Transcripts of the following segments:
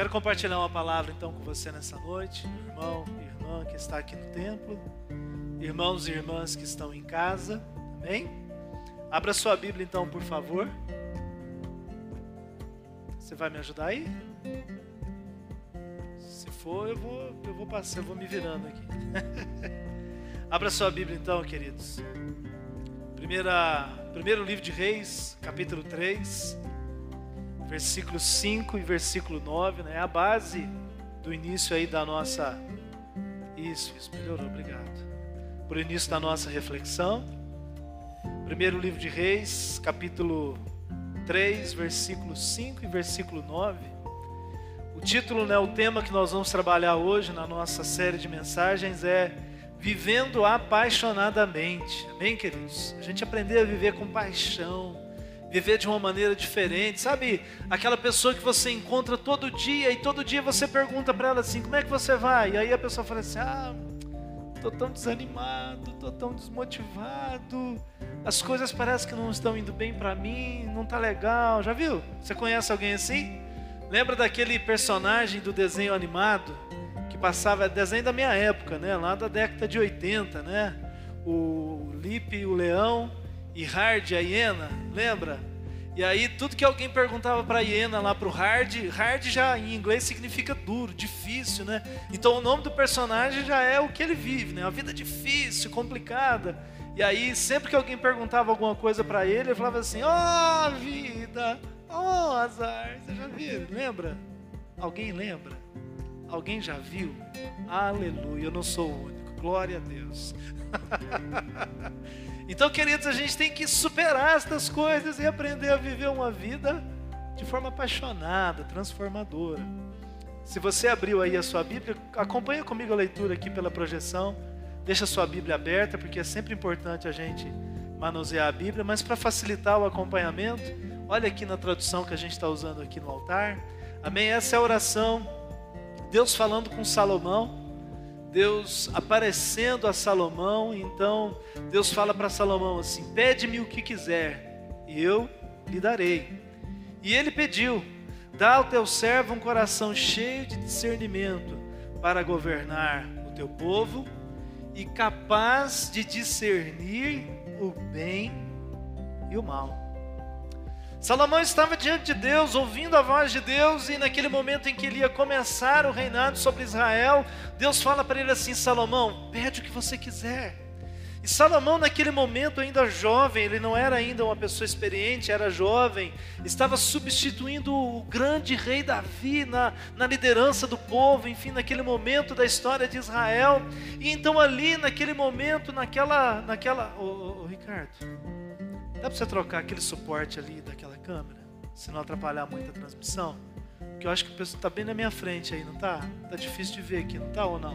Quero compartilhar uma palavra então com você nessa noite, irmão e irmã que está aqui no templo, irmãos e irmãs que estão em casa, amém? Abra sua Bíblia então, por favor. Você vai me ajudar aí? Se for, eu vou passar, eu vou me virando aqui. Abra sua Bíblia então, queridos. Primeiro livro de Reis, capítulo 3, versículo 5 e versículo 9, né? É a base do início aí da nossa... Isso, melhorou, obrigado. Por início da nossa reflexão. Primeiro livro de Reis, capítulo 3, versículo 5 e versículo 9. O título, né, o tema que nós vamos trabalhar hoje na nossa série de mensagens é Vivendo Apaixonadamente. Amém, queridos? A gente aprender a viver com paixão, viver de uma maneira diferente. Sabe, aquela pessoa que você encontra todo dia e todo dia você pergunta para ela assim, como é que você vai? E aí a pessoa fala assim, tô tão desanimado, tô tão desmotivado, as coisas parecem que não estão indo bem para mim, não tá legal. Já viu? Você conhece alguém assim? Lembra daquele personagem do desenho animado que passava, desenho da minha época, né? Lá da década de 80, né? O Lipe, o leão, e Hard, a hiena, lembra? E aí tudo que alguém perguntava para a hiena lá pro Hard já em inglês significa duro, difícil, né? Então o nome do personagem já é o que ele vive, né? Uma vida difícil, complicada. E aí sempre que alguém perguntava alguma coisa para ele falava assim, vida, azar. Você já viu? Lembra? Alguém lembra? Alguém já viu? Aleluia, eu não sou o único, glória a Deus. Então, queridos, a gente tem que superar estas coisas e aprender a viver uma vida de forma apaixonada, transformadora. Se você abriu aí a sua Bíblia, acompanha comigo a leitura aqui pela projeção. Deixa a sua Bíblia aberta, porque é sempre importante a gente manusear a Bíblia. Mas para facilitar o acompanhamento, olha aqui na tradução que a gente está usando aqui no altar. Amém? Essa é a oração, Deus falando com Salomão. Deus aparecendo a Salomão. Então Deus fala para Salomão assim, pede-me o que quiser e eu lhe darei. E ele pediu, dá ao teu servo um coração cheio de discernimento para governar o teu povo e capaz de discernir o bem e o mal. Salomão estava diante de Deus, ouvindo a voz de Deus, e naquele momento em que ele ia começar o reinado sobre Israel, Deus fala para ele assim, Salomão, pede o que você quiser. E Salomão naquele momento ainda jovem, ele não era ainda uma pessoa experiente, era jovem, estava substituindo o grande rei Davi na liderança do povo, enfim, naquele momento da história de Israel. E então ali naquele momento, Ricardo, dá para você trocar aquele suporte ali daquela câmera? Se não atrapalhar muito a transmissão? Porque eu acho que o pessoal está bem na minha frente aí, não está? Está difícil de ver aqui, não está ou não?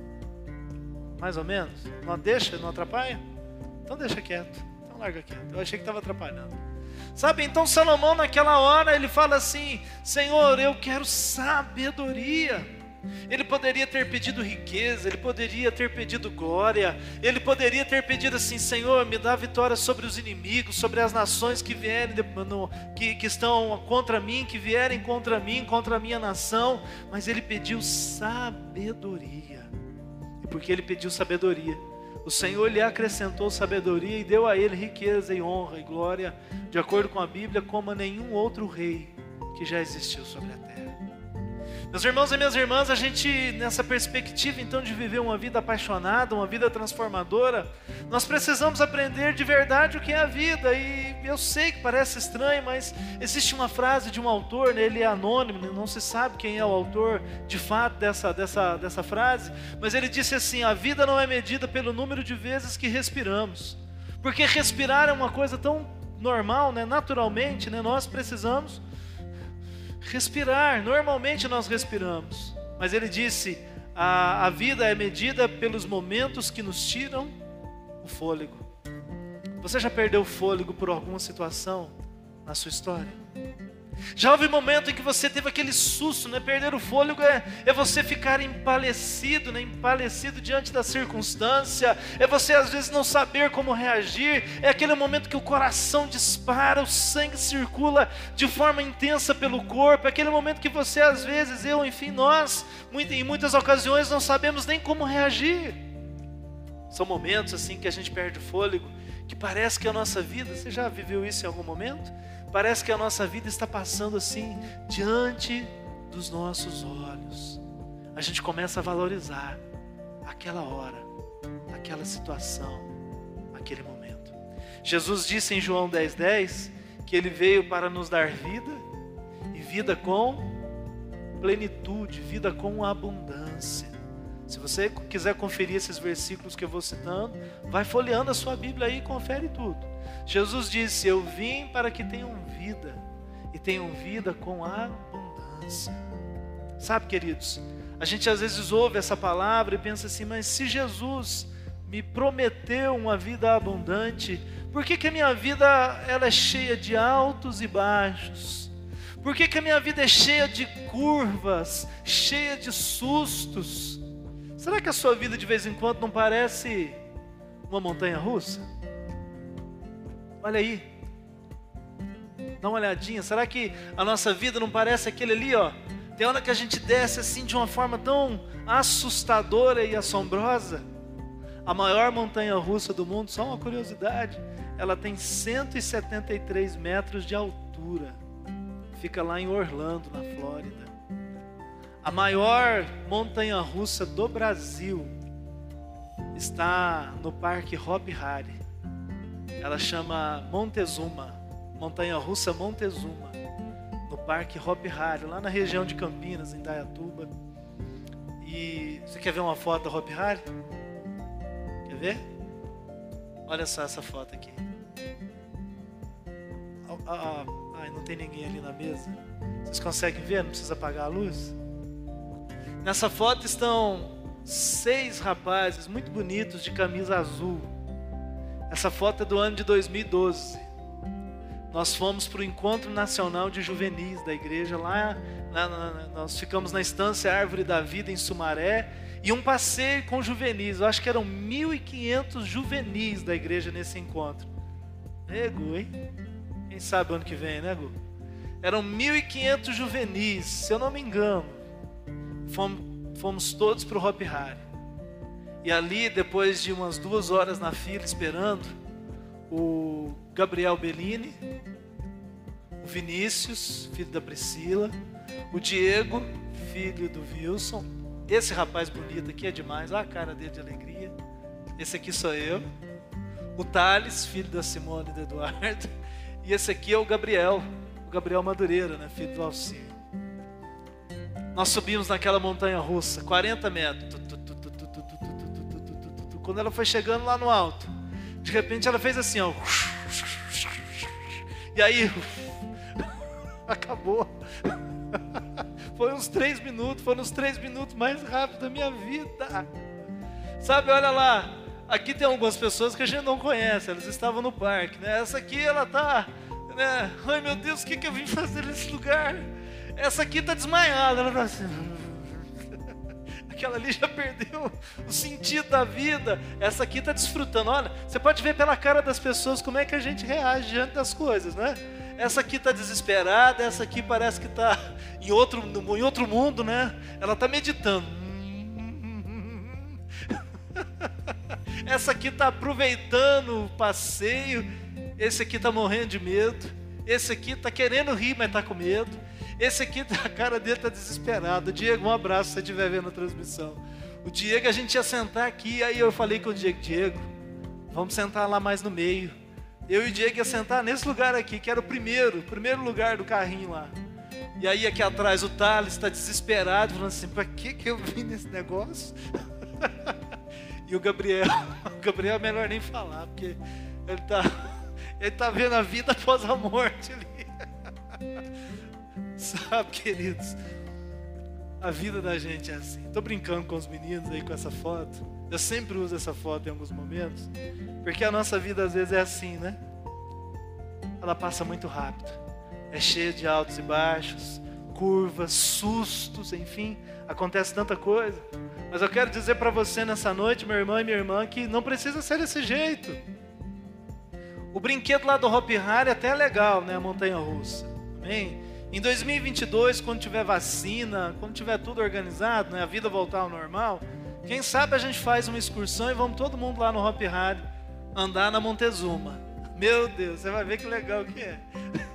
Mais ou menos? Não deixa? Não atrapalha? Então deixa quieto. Então larga quieto. Eu achei que estava atrapalhando. Sabe, então Salomão naquela hora ele fala assim, Senhor, eu quero sabedoria. Ele poderia ter pedido riqueza, ele poderia ter pedido glória, ele poderia ter pedido assim, Senhor, me dá vitória sobre os inimigos, sobre as nações que vierem, que estão contra mim, que vierem contra mim, contra a minha nação. Mas ele pediu sabedoria. E porque ele pediu sabedoria, o Senhor lhe acrescentou sabedoria e deu a ele riqueza e honra e glória, de acordo com a Bíblia, como a nenhum outro rei que já existiu sobre a terra. Meus irmãos e minhas irmãs, a gente, nessa perspectiva então de viver uma vida apaixonada, uma vida transformadora, nós precisamos aprender de verdade o que é a vida. E eu sei que parece estranho, mas existe uma frase de um autor, né? Ele é anônimo, não se sabe quem é o autor de fato dessa frase, mas ele disse assim, a vida não é medida pelo número de vezes que respiramos, porque respirar é uma coisa tão normal, né? Naturalmente, né? Nós precisamos respirar, normalmente nós respiramos, mas ele disse, a vida é medida pelos momentos que nos tiram o fôlego. Você já perdeu o fôlego por alguma situação na sua história? Já houve momento em que você teve aquele susto, né? Perder o fôlego é você ficar empalecido, né? Empalecido diante da circunstância, é você às vezes não saber como reagir, é aquele momento que o coração dispara, o sangue circula de forma intensa pelo corpo, é aquele momento que você às vezes, nós, em muitas ocasiões não sabemos nem como reagir. São momentos assim que a gente perde o fôlego, que parece que a nossa vida, você já viveu isso em algum momento? Parece que a nossa vida está passando assim, diante dos nossos olhos. A gente começa a valorizar aquela hora, aquela situação, aquele momento. Jesus disse em João 10:10 que Ele veio para nos dar vida, e vida com plenitude, vida com abundância. Se você quiser conferir esses versículos que eu vou citando, vai folheando a sua Bíblia aí e confere tudo. Jesus disse: eu vim para que tenham vida, e tenham vida com abundância. Sabe, queridos, a gente às vezes ouve essa palavra e pensa assim, mas se Jesus me prometeu uma vida abundante, por que a minha vida ela é cheia de altos e baixos? Por que a minha vida é cheia de curvas, cheia de sustos? Será que a sua vida de vez em quando não parece uma montanha russa? Olha aí, dá uma olhadinha, será que a nossa vida não parece aquele ali, ó? Tem hora que a gente desce assim de uma forma tão assustadora e assombrosa. A maior montanha russa do mundo, só uma curiosidade, ela tem 173 metros de altura, fica lá em Orlando, na Flórida. A maior montanha russa do Brasil está no Parque Hopi Hari. Ela chama Montezuma, Montanha Russa Montezuma, no Parque Hopi Hari, lá na região de Campinas, em Indaiatuba. E você quer ver uma foto da Hopi Hari? Quer ver? Olha só essa foto aqui. Ai, não tem ninguém ali na mesa. Vocês conseguem ver? Não precisa apagar a luz? Nessa foto estão 6 rapazes muito bonitos de camisa azul. Essa foto é do ano de 2012. Nós fomos para o Encontro Nacional de Juvenis da igreja. Nós ficamos na Estância Árvore da Vida, em Sumaré. E um passeio com juvenis. Eu acho que eram 1.500 juvenis da igreja nesse encontro. Gu, hein? Quem sabe ano que vem, né, Gu? Eram 1.500 juvenis, se eu não me engano. Fomos todos para o Hopi Hari. E ali, depois de umas 2 horas na fila esperando, o Gabriel Bellini, o Vinícius, filho da Priscila, o Diego, filho do Wilson, esse rapaz bonito aqui é demais, olha a cara dele de alegria, esse aqui sou eu, o Thales, filho da Simone e do Eduardo, e esse aqui é o Gabriel Madureira, né, filho do Alcir. Nós subimos naquela montanha russa, 40 metros. Quando ela foi chegando lá no alto, de repente ela fez assim, ó. E aí, acabou. Foram os 3 minutos mais rápidos da minha vida. Sabe, olha lá, aqui tem algumas pessoas que a gente não conhece, elas estavam no parque, né? Essa aqui, ela tá, né? Ai meu Deus, o que eu vim fazer nesse lugar? Essa aqui tá desmaiada, ela tá assim. Aquela ali já perdeu o sentido da vida. Essa aqui está desfrutando. Olha, você pode ver pela cara das pessoas como é que a gente reage diante das coisas, né? Essa aqui está desesperada, essa aqui parece que está em outro mundo, né? Ela está meditando. Essa aqui está aproveitando o passeio. Esse aqui está morrendo de medo. Esse aqui está querendo rir, mas está com medo. Esse aqui, a cara dele está desesperado. Diego, um abraço se você estiver vendo a transmissão. O Diego, a gente ia sentar aqui, aí eu falei com o Diego, vamos sentar lá mais no meio. Eu e o Diego ia sentar nesse lugar aqui, que era o primeiro lugar do carrinho lá. E aí aqui atrás o Thales está desesperado, falando assim, para que eu vim nesse negócio? E o Gabriel é melhor nem falar, porque ele tá vendo a vida após a morte ali. Sabe, queridos, a vida da gente é assim. Estou brincando com os meninos aí com essa foto. Eu sempre uso essa foto em alguns momentos, porque a nossa vida às vezes é assim, né? ela passa muito rápido. É cheia de altos e baixos, curvas, sustos, enfim, acontece tanta coisa. Mas eu quero dizer para você nessa noite, meu irmão e minha irmã, que não precisa ser desse jeito. O brinquedo lá do Hopi Hari até é legal, né? A montanha-russa. Amém? Em 2022, quando tiver vacina, quando tiver tudo organizado, né? A vida voltar ao normal, quem sabe a gente faz uma excursão e vamos todo mundo lá no Hopi Hari andar na Montezuma. Meu Deus, você vai ver que legal que é.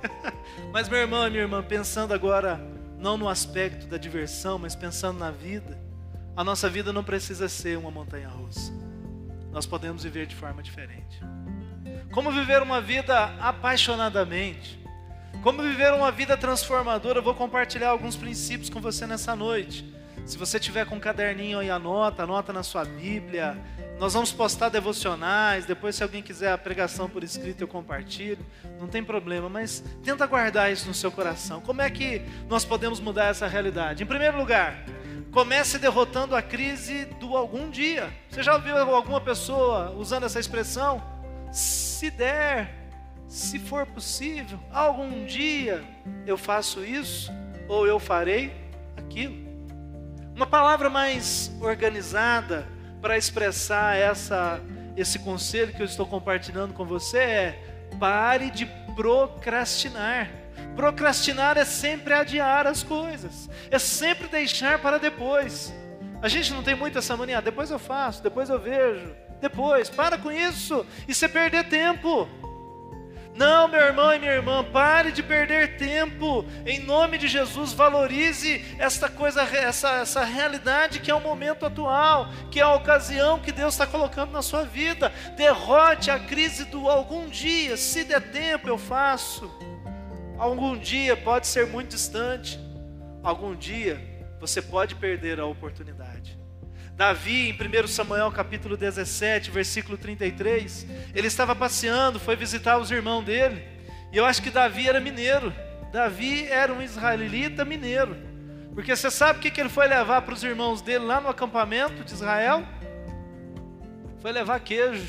Mas meu irmão e minha irmã, pensando agora, não no aspecto da diversão, mas pensando na vida, a nossa vida não precisa ser uma montanha-russa. Nós podemos viver de forma diferente. Como viver uma vida apaixonadamente? Como viver uma vida transformadora? Eu vou compartilhar alguns princípios com você nessa noite. Se você tiver com um caderninho aí, anota na sua Bíblia. Nós vamos postar devocionais. Depois, se alguém quiser a pregação por escrito, eu compartilho. Não tem problema, mas tenta guardar isso no seu coração. Como é que nós podemos mudar essa realidade? Em primeiro lugar, comece derrotando a crise do algum dia. Você já ouviu alguma pessoa usando essa expressão? Se der, se for possível, algum dia eu faço isso ou eu farei aquilo. Uma palavra mais organizada para expressar esse conselho que eu estou compartilhando com você é: pare de procrastinar. Procrastinar é sempre adiar as coisas, é sempre deixar para depois. A gente não tem muito essa mania, depois eu faço, depois eu vejo, depois, para com isso, isso é perder tempo. Não, meu irmão e minha irmã, pare de perder tempo, em nome de Jesus. Valorize esta coisa, essa realidade que é o momento atual, que é a ocasião que Deus está colocando na sua vida. Derrote a crise do algum dia. Se der tempo eu faço. Algum dia pode ser muito distante, algum dia você pode perder a oportunidade. Davi, em 1 Samuel capítulo 17, versículo 33, ele estava passeando, foi visitar os irmãos dele, e eu acho que Davi era mineiro. Davi era um israelita mineiro, porque você sabe o que ele foi levar para os irmãos dele lá no acampamento de Israel? Foi levar queijo.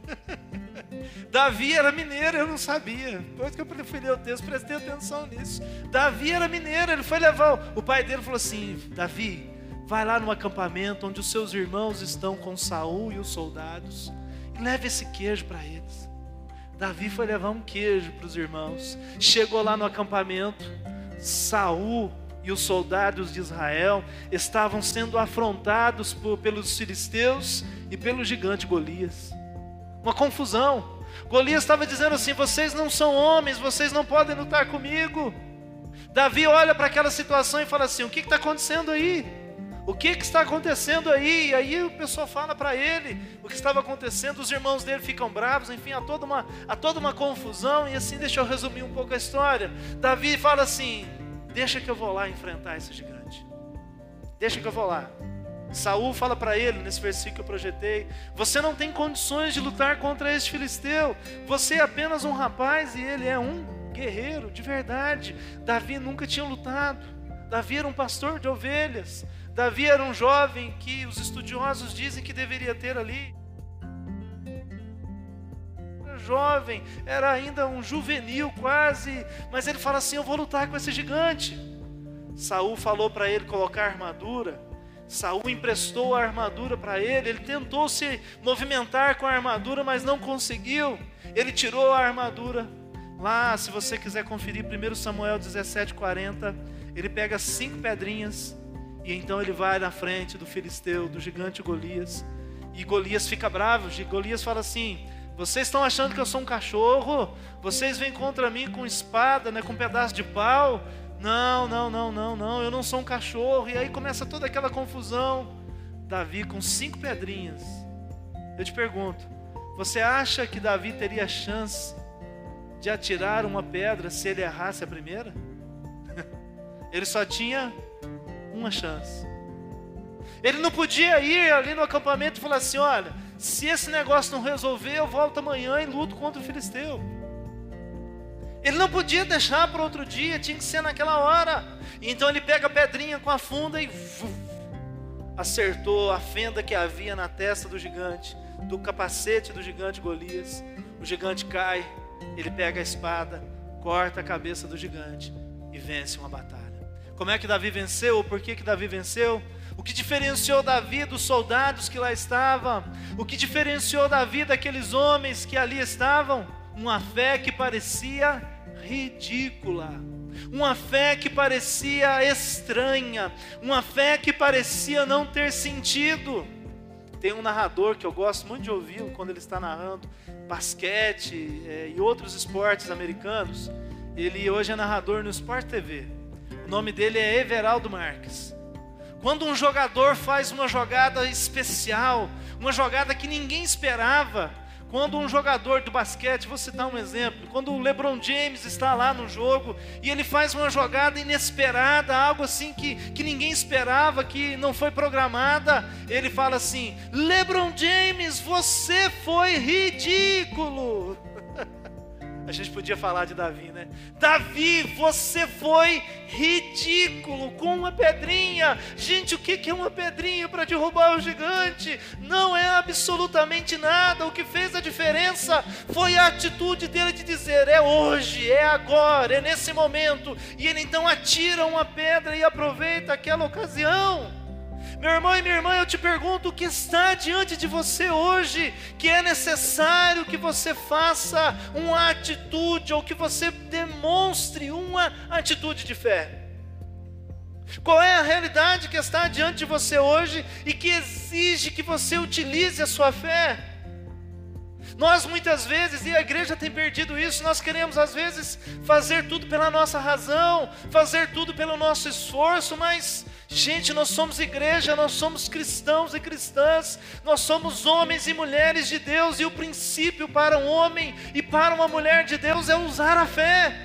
Davi era mineiro, eu não sabia. Depois que eu fui ler o texto, prestei atenção nisso. Davi era mineiro, ele foi levar. O pai dele falou assim: Davi, vai lá no acampamento onde os seus irmãos estão com Saul e os soldados e leve esse queijo para eles. Davi foi levar um queijo para os irmãos. Chegou lá no acampamento, Saul e os soldados de Israel estavam sendo afrontados pelos filisteus e pelo gigante Golias. Uma confusão. Golias estava dizendo assim: vocês não são homens, vocês não podem lutar comigo. Davi olha para aquela situação e fala assim: o que está acontecendo aí? O que está acontecendo aí? E aí o pessoal fala para ele o que estava acontecendo, os irmãos dele ficam bravos, enfim, há toda uma confusão. E assim, deixa eu resumir um pouco a história. Davi fala assim: deixa que eu vou lá enfrentar esse gigante. Deixa que eu vou lá. Saul fala para ele, nesse versículo que eu projetei: você não tem condições de lutar contra este filisteu. Você é apenas um rapaz e ele é um guerreiro de verdade. Davi nunca tinha lutado. Davi era um pastor de ovelhas. Davi era um jovem que os estudiosos dizem que deveria ter ali. Era jovem, era ainda um juvenil quase, mas ele fala assim: eu vou lutar com esse gigante. Saul falou para ele colocar armadura. Saul emprestou a armadura para ele. Ele tentou se movimentar com a armadura, mas não conseguiu. Ele tirou a armadura. Lá, se você quiser conferir 1 Samuel 17:40, ele pega 5 pedrinhas e então ele vai na frente do filisteu, do gigante Golias. E Golias fica bravo. Golias fala assim: vocês estão achando que eu sou um cachorro? Vocês vêm contra mim com espada, né, com um pedaço de pau? Não, eu não sou um cachorro. E aí começa toda aquela confusão. Davi com 5 pedrinhas. Eu te pergunto, você acha que Davi teria chance de atirar uma pedra se ele errasse a primeira? Ele só tinha uma chance. Ele não podia ir ali no acampamento e falar assim: olha, se esse negócio não resolver, eu volto amanhã e luto contra o filisteu. Ele não podia deixar para outro dia, tinha que ser naquela hora. Então ele pega a pedrinha com a funda e acertou a fenda que havia na testa do gigante, do capacete do gigante Golias. O gigante cai, ele pega a espada, corta a cabeça do gigante e vence uma batalha. Como é que Davi venceu? Ou por que Davi venceu? O que diferenciou Davi dos soldados que lá estavam? O que diferenciou Davi daqueles homens que ali estavam? Uma fé que parecia ridícula, uma fé que parecia estranha, uma fé que parecia não ter sentido. Tem um narrador que eu gosto muito de ouvi-lo quando ele está narrando basquete e outros esportes americanos. Ele hoje é narrador no Sport TV. O nome dele é Everaldo Marques. Quando um jogador faz uma jogada especial, uma jogada que ninguém esperava, quando um jogador do basquete, vou citar um exemplo, quando o LeBron James está lá no jogo e ele faz uma jogada inesperada, algo assim que ninguém esperava, que não foi programada, ele fala assim: LeBron James, você foi ridículo. A gente podia falar de Davi, né? Davi, você foi ridículo com uma pedrinha. Gente, o que é uma pedrinha para derrubar o gigante? Não é absolutamente nada. O que fez a diferença foi a atitude dele de dizer: é hoje, é agora, é nesse momento. E ele então atira uma pedra e aproveita aquela ocasião. Meu irmão e minha irmã, eu te pergunto, o que está diante de você hoje, que é necessário que você faça uma atitude, ou que você demonstre uma atitude de fé? Qual é a realidade que está diante de você hoje e que exige que você utilize a sua fé? Nós muitas vezes, e a igreja tem perdido isso, nós queremos às vezes fazer tudo pela nossa razão, fazer tudo pelo nosso esforço, mas... gente, nós somos igreja, nós somos cristãos e cristãs, nós somos homens e mulheres de Deus, e o princípio para um homem e para uma mulher de Deus é usar a fé.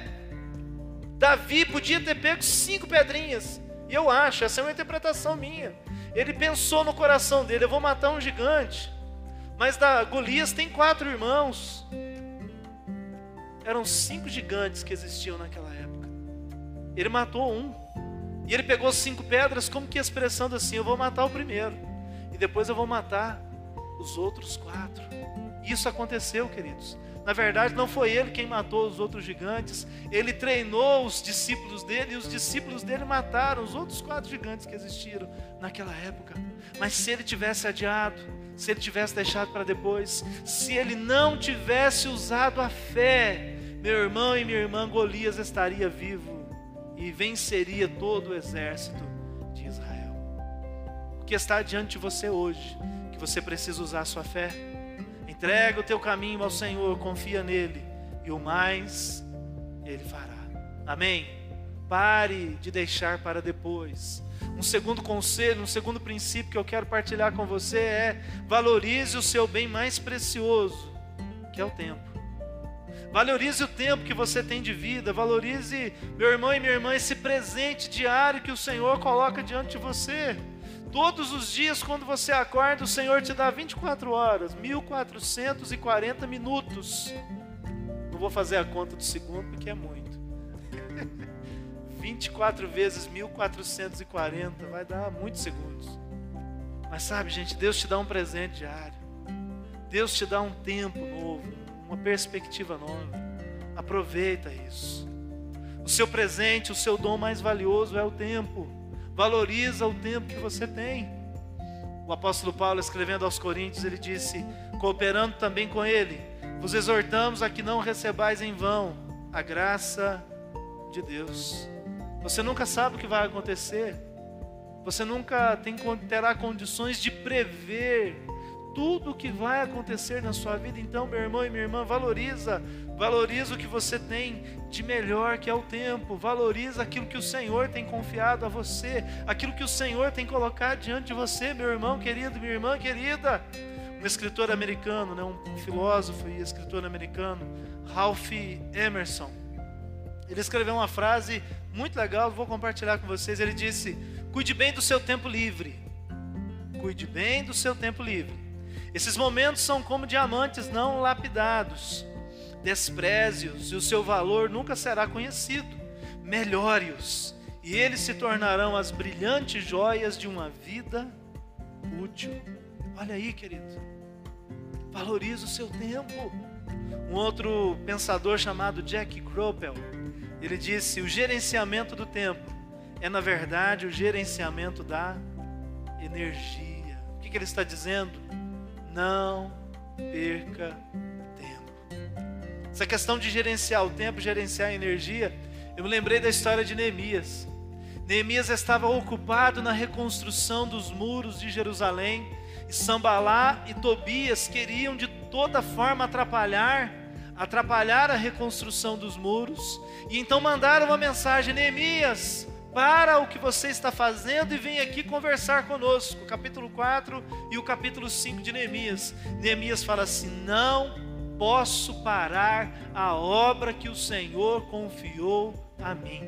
Davi podia ter pego 5 pedrinhas, e eu acho, essa é uma interpretação minha, ele pensou no coração dele: eu vou matar um gigante, mas Golias tem 4 irmãos. Eram 5 gigantes que existiam naquela época, ele matou um. E ele pegou 5 pedras, como que expressando assim: eu vou matar o primeiro, e depois eu vou matar os outros 4. Isso aconteceu, queridos. Na verdade, não foi ele quem matou os outros gigantes. Ele treinou os discípulos dele, e os discípulos dele mataram os outros 4 gigantes que existiram naquela época. Mas se ele tivesse adiado, se ele tivesse deixado para depois, se ele não tivesse usado a fé, meu irmão e minha irmã, Golias estaria vivo e venceria todo o exército de Israel. O que está diante de você hoje, que você precisa usar a sua fé? Entrega o teu caminho ao Senhor, confia nele, e o mais Ele fará. Amém? Pare de deixar para depois. Um segundo conselho, um segundo princípio que eu quero partilhar com você é: valorize o seu bem mais precioso, que é o tempo. Valorize o tempo que você tem de vida. Valorize, meu irmão e minha irmã, esse presente diário que o Senhor coloca diante de você. Todos os dias, quando você acorda, o Senhor te dá 24 horas, 1440 minutos. Não vou fazer a conta do segundo, porque é muito. 24 vezes 1440 vai dar muitos segundos. Mas sabe, gente, Deus te dá um presente diário. Deus te dá um tempo novo, uma perspectiva nova. Aproveita isso. O seu presente, o seu dom mais valioso é o tempo. Valoriza o tempo que você tem. O apóstolo Paulo, escrevendo aos Coríntios, ele disse: cooperando também com ele, vos exortamos a que não recebais em vão a graça de Deus. Você nunca sabe o que vai acontecer. Você nunca terá condições de prever tudo o que vai acontecer na sua vida. Então, meu irmão e minha irmã, valoriza o que você tem de melhor, que é o tempo. Valoriza aquilo que o Senhor tem confiado a você, aquilo que o Senhor tem colocado diante de você, meu irmão querido, minha irmã querida. Um escritor americano, um filósofo e escritor americano, Ralph Emerson, ele escreveu uma frase muito legal, vou compartilhar com vocês. Ele disse: cuide bem do seu tempo livre. Cuide bem do seu tempo livre. Esses momentos são como diamantes não lapidados. Despreze-os e o seu valor nunca será conhecido. Melhore-os e eles se tornarão as brilhantes joias de uma vida útil. Olha aí, querido. Valorize o seu tempo. Um outro pensador chamado Jack Kropel, ele disse: o gerenciamento do tempo é, na verdade, o gerenciamento da energia. O que ele está dizendo? Não perca tempo. Essa questão de gerenciar o tempo, gerenciar a energia, eu me lembrei da história de Neemias. Neemias estava ocupado na reconstrução dos muros de Jerusalém, e Sambalá e Tobias queriam de toda forma atrapalhar a reconstrução dos muros, e então mandaram uma mensagem: Neemias, para o que você está fazendo e vem aqui conversar conosco. Capítulo 4 e o capítulo 5 de Neemias. Neemias fala assim: não posso parar a obra que o Senhor confiou a mim.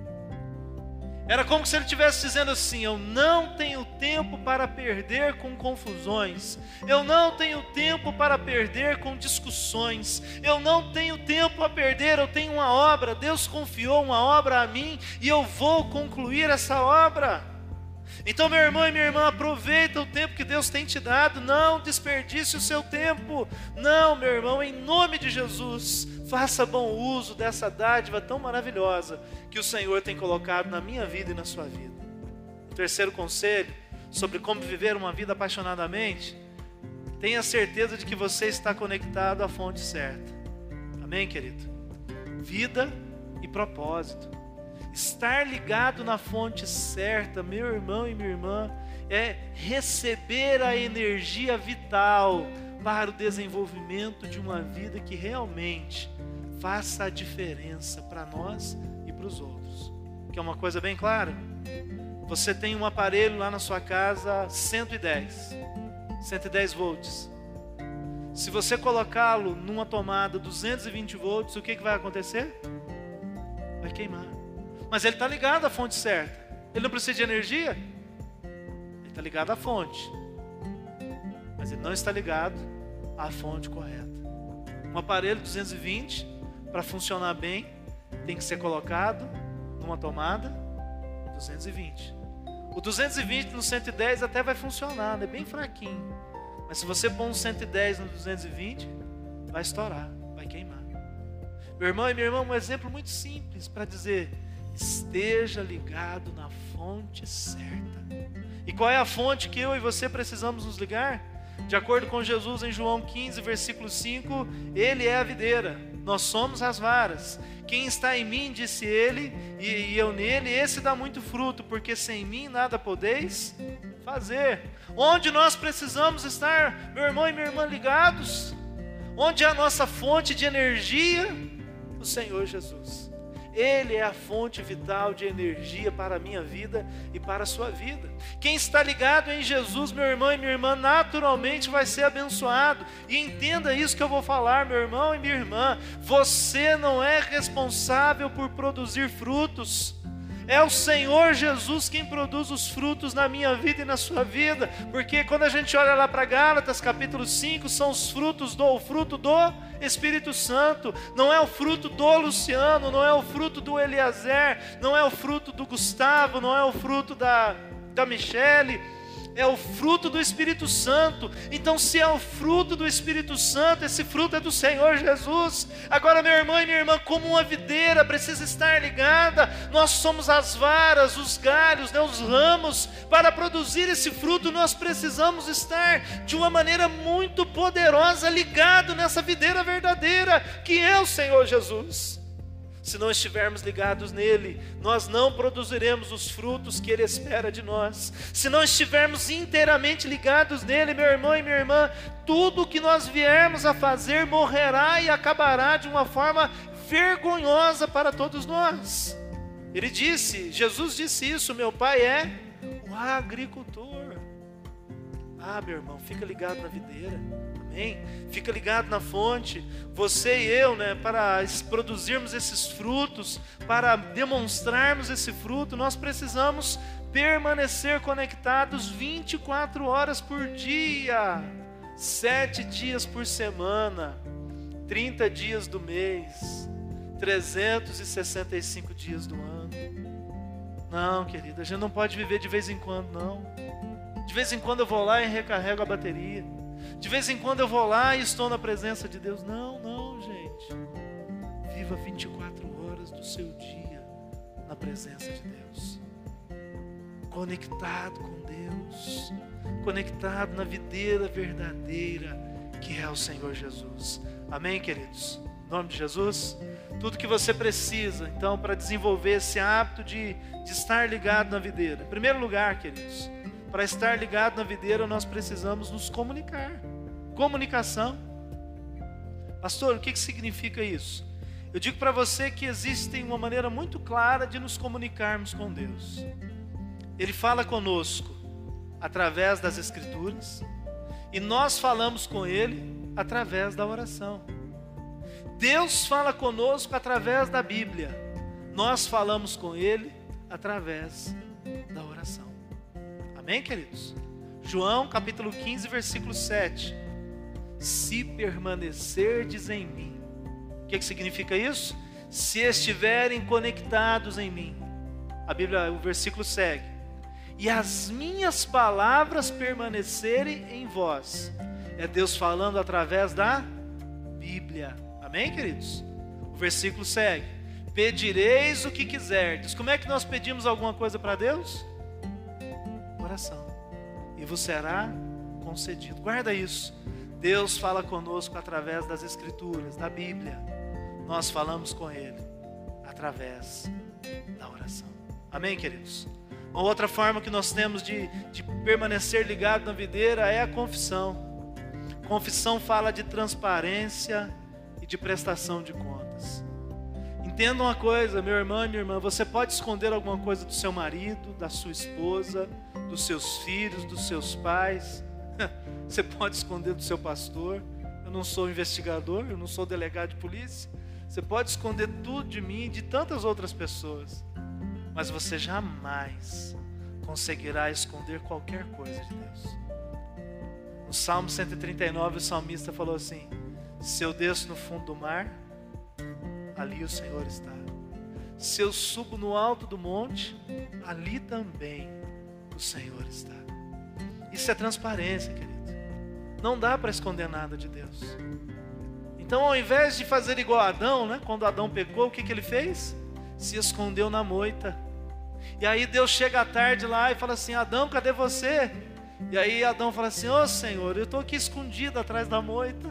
Era como se ele estivesse dizendo assim: eu não tenho tempo para perder com confusões, eu não tenho tempo para perder com discussões, eu não tenho tempo a perder, eu tenho uma obra, Deus confiou uma obra a mim e eu vou concluir essa obra. Então, meu irmão e minha irmã, aproveita o tempo que Deus tem te dado, não desperdice o seu tempo. Não, meu irmão, em nome de Jesus, faça bom uso dessa dádiva tão maravilhosa que o Senhor tem colocado na minha vida e na sua vida. O terceiro conselho sobre como viver uma vida apaixonadamente: tenha certeza de que você está conectado à fonte certa. Amém, querido? Vida e propósito. Estar ligado na fonte certa, meu irmão e minha irmã, é receber a energia vital para o desenvolvimento de uma vida que realmente faça a diferença para nós e para os outros. Que é uma coisa bem clara: você tem um aparelho lá na sua casa 110 volts. Se você colocá-lo numa tomada 220 volts, o que vai acontecer? Vai queimar. Mas ele está ligado à fonte certa. Ele não precisa de energia? Ele está ligado à fonte. Mas ele não está ligado à fonte correta. Um aparelho 220, para funcionar bem, tem que ser colocado numa tomada 220. O 220 no 110 até vai funcionar, é bem fraquinho. Mas se você pôr um 110 no 220, vai estourar, vai queimar. Meu irmão e minha irmã, um exemplo muito simples para dizer: esteja ligado na fonte certa. E qual é a fonte que eu e você precisamos nos ligar? De acordo com Jesus em João 15, versículo 5, Ele é a videira, nós somos as varas. Quem está em mim, disse Ele, e eu nele, esse dá muito fruto, porque sem mim nada podeis fazer. Onde nós precisamos estar, meu irmão e minha irmã, ligados? Onde é a nossa fonte de energia? O Senhor Jesus. Ele é a fonte vital de energia para a minha vida e para a sua vida. Quem está ligado em Jesus, meu irmão e minha irmã, naturalmente vai ser abençoado. E entenda isso que eu vou falar, meu irmão e minha irmã: você não é responsável por produzir frutos. É o Senhor Jesus quem produz os frutos na minha vida e na sua vida. Porque quando a gente olha lá para Gálatas capítulo 5, são os frutos o fruto do Espírito Santo. Não é o fruto do Luciano, não é o fruto do Eliezer, não é o fruto do Gustavo, não é o fruto da Michele. É o fruto do Espírito Santo. Então, se é o fruto do Espírito Santo, esse fruto é do Senhor Jesus. Agora, meu irmão e minha irmã, como uma videira precisa estar ligada, nós somos as varas, os galhos, os ramos. Para produzir esse fruto, nós precisamos estar de uma maneira muito poderosa ligado nessa videira verdadeira, que é o Senhor Jesus. Se não estivermos ligados nele, nós não produziremos os frutos que ele espera de nós. Se não estivermos inteiramente ligados nele, meu irmão e minha irmã, tudo que nós viermos a fazer morrerá e acabará de uma forma vergonhosa para todos nós. Ele disse, Jesus disse isso: meu pai é o agricultor. Ah, meu irmão, fica ligado na videira. Amém? Fica ligado na fonte. Você e eu, para produzirmos esses frutos, para demonstrarmos esse fruto, nós precisamos permanecer conectados 24 horas por dia, 7 dias por semana, 30 dias do mês, 365 dias do ano. Não, querida, a gente não pode viver de vez em quando, não. De vez em quando eu vou lá e recarrego a bateria. De vez em quando eu vou lá e estou na presença de Deus. Não, gente. Viva 24 horas do seu dia na presença de Deus. Conectado com Deus. Conectado na videira verdadeira que é o Senhor Jesus. Amém, queridos? Em nome de Jesus. Tudo que você precisa, então, para desenvolver esse hábito de estar ligado na videira. Em primeiro lugar, queridos, para estar ligado na videira, nós precisamos nos comunicar. Comunicação. Pastor, o que significa isso? Eu digo para você que existe uma maneira muito clara de nos comunicarmos com Deus. Ele fala conosco através das Escrituras e nós falamos com Ele através da oração. Deus fala conosco através da Bíblia. Nós falamos com Ele através da oração. Amém, queridos? João capítulo 15, versículo 7. Se permanecerdes em mim. O que significa isso? Se estiverem conectados em mim. A Bíblia, o versículo segue. E as minhas palavras permanecerem em vós. É Deus falando através da Bíblia. Amém, queridos? O versículo segue. Pedireis o que quiserdes. Como é que nós pedimos alguma coisa para Deus? Oração. E vos será concedido. Guarda isso. Deus fala conosco através das Escrituras, da Bíblia. Nós falamos com Ele através da oração. Amém, queridos? Uma outra forma que nós temos de permanecer ligado na videira é a confissão. Confissão fala de transparência e de prestação de contas. Entenda uma coisa, meu irmão e minha irmã, você pode esconder alguma coisa do seu marido, da sua esposa, dos seus filhos, dos seus pais. Você pode esconder do seu pastor. Eu não sou investigador, eu não sou delegado de polícia. Você pode esconder tudo de mim e de tantas outras pessoas. Mas você jamais conseguirá esconder qualquer coisa de Deus. No Salmo 139, o salmista falou assim: se eu desço no fundo do mar, ali o Senhor está. Se eu subo no alto do monte, ali também o Senhor está. Isso é transparência, querido. Não dá para esconder nada de Deus. Então, ao invés de fazer igual a Adão, né? Quando Adão pecou, o que ele fez? Se escondeu na moita. E aí Deus chega à tarde lá e fala assim: Adão, cadê você? E aí Adão fala assim: ô Senhor, eu estou aqui escondido atrás da moita.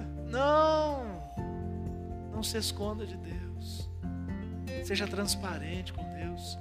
Não se esconda de Deus. Seja transparente com Deus.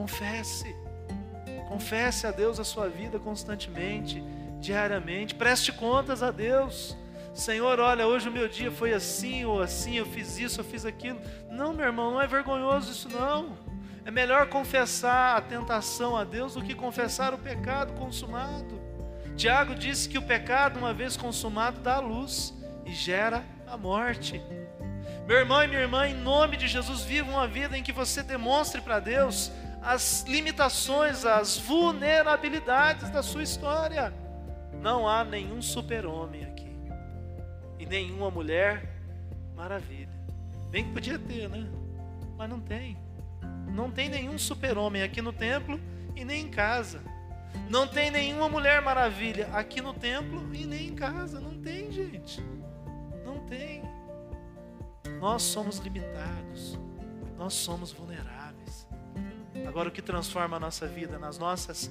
Confesse a Deus a sua vida constantemente, diariamente. Preste contas a Deus. Senhor, olha, hoje o meu dia foi assim ou assim, eu fiz isso, eu fiz aquilo. Não, meu irmão, não é vergonhoso isso não. É melhor confessar a tentação a Deus do que confessar o pecado consumado. Tiago disse que o pecado, uma vez consumado, dá a luz e gera a morte. Meu irmão e minha irmã, em nome de Jesus, viva uma vida em que você demonstre para Deus as limitações, as vulnerabilidades da sua história. Não há nenhum super-homem aqui e nenhuma mulher maravilha. Bem que podia ter, né? Mas não tem. Não tem nenhum super-homem aqui no templo e nem em casa. Não tem nenhuma mulher maravilha aqui no templo e nem em casa. Não tem, gente. Não tem. Nós somos limitados. Nós somos vulneráveis. Agora, o que transforma a nossa vida nas nossas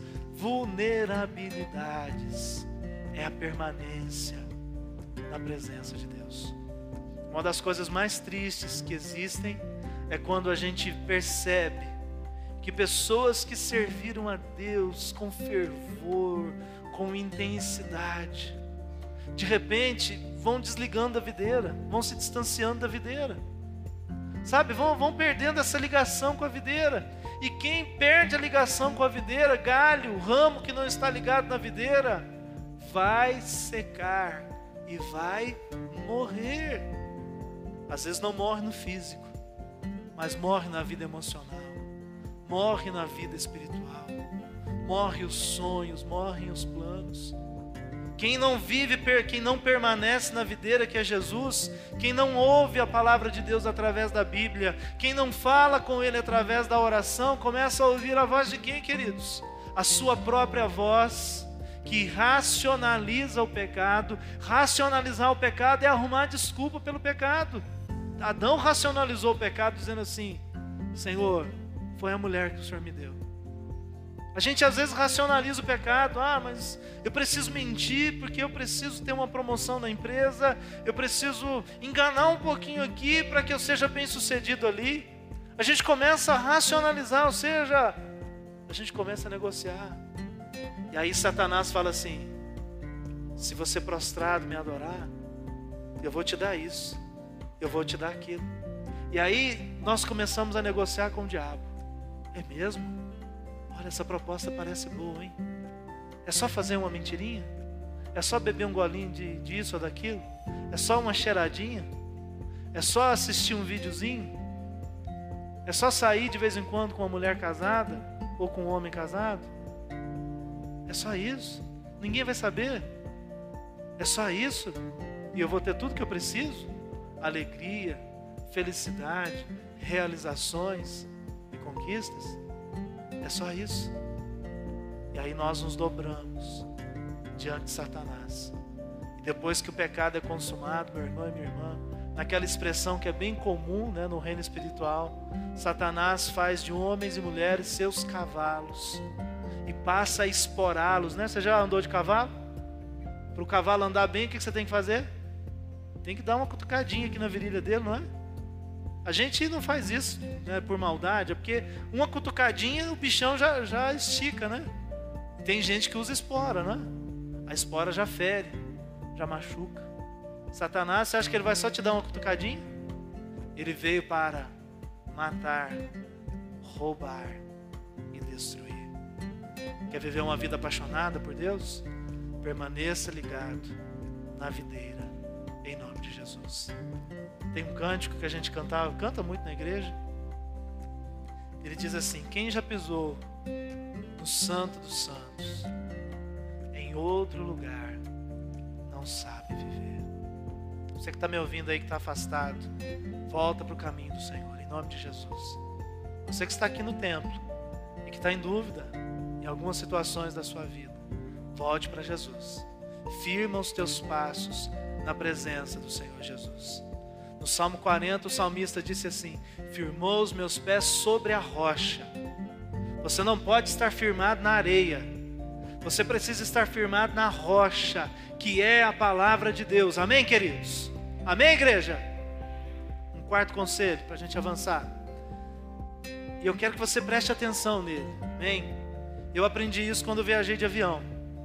vulnerabilidades é a permanência na presença de Deus. Uma das coisas mais tristes que existem é quando a gente percebe que pessoas que serviram a Deus com fervor, com intensidade, de repente vão desligando da videira, vão se distanciando da videira, sabe? Vão perdendo essa ligação com a videira. E quem perde a ligação com a videira, galho, ramo que não está ligado na videira, vai secar e vai morrer. Às vezes não morre no físico, mas morre na vida emocional, morre na vida espiritual, morre os sonhos, morrem os planos. Quem não vive, quem não permanece na videira que é Jesus, quem não ouve a palavra de Deus através da Bíblia, quem não fala com Ele através da oração, começa a ouvir a voz de quem, queridos? A sua própria voz, que racionaliza o pecado. Racionalizar o pecado é arrumar desculpa pelo pecado. Adão racionalizou o pecado dizendo assim: Senhor, foi a mulher que o Senhor me deu. A gente às vezes racionaliza o pecado. Mas eu preciso mentir porque eu preciso ter uma promoção na empresa, eu preciso enganar um pouquinho aqui para que eu seja bem sucedido ali. A gente começa a racionalizar, ou seja, a gente começa a negociar. E aí Satanás fala assim: se você prostrado me adorar, eu vou te dar isso, eu vou te dar aquilo. E aí nós começamos a negociar com o diabo. É mesmo? Olha, essa proposta parece boa, hein? É só fazer uma mentirinha? É só beber um golinho disso ou daquilo? É só uma cheiradinha? É só assistir um videozinho? É só sair de vez em quando com uma mulher casada? Ou com um homem casado? É só isso? Ninguém vai saber? É só isso? E eu vou ter tudo que eu preciso? Alegria, felicidade, realizações e conquistas? É só isso? E aí nós nos dobramos diante de Satanás. E depois que o pecado é consumado, meu irmão e minha irmã, naquela expressão que é bem comum, né, no reino espiritual, Satanás faz de homens e mulheres seus cavalos e passa a esporá-los, né? Você já andou de cavalo? Para o cavalo andar bem, o que você tem que fazer? Tem que dar uma cutucadinha aqui na virilha dele, não é? A gente não faz isso, né, por maldade, é porque uma cutucadinha o bichão já estica, né? Tem gente que usa espora, né? A espora já fere, já machuca. Satanás, você acha que ele vai só te dar uma cutucadinha? Ele veio para matar, roubar e destruir. Quer viver uma vida apaixonada por Deus? Permaneça ligado na videira, em nome de Jesus. Tem um cântico que a gente canta muito na igreja. Ele diz assim: quem já pisou no Santo dos Santos, em outro lugar, não sabe viver. Você que está me ouvindo aí, que está afastado, volta para o caminho do Senhor, em nome de Jesus. Você que está aqui no templo e que está em dúvida em algumas situações da sua vida, volte para Jesus. Firma os teus passos na presença do Senhor Jesus. No Salmo 40, o salmista disse assim: firmou os meus pés sobre a rocha. Você não pode estar firmado na areia. Você precisa estar firmado na rocha, que é a palavra de Deus. Amém, queridos? Amém, igreja? Um quarto conselho para a gente avançar. E eu quero que você preste atenção nele. Amém? Eu aprendi isso quando eu viajei de avião.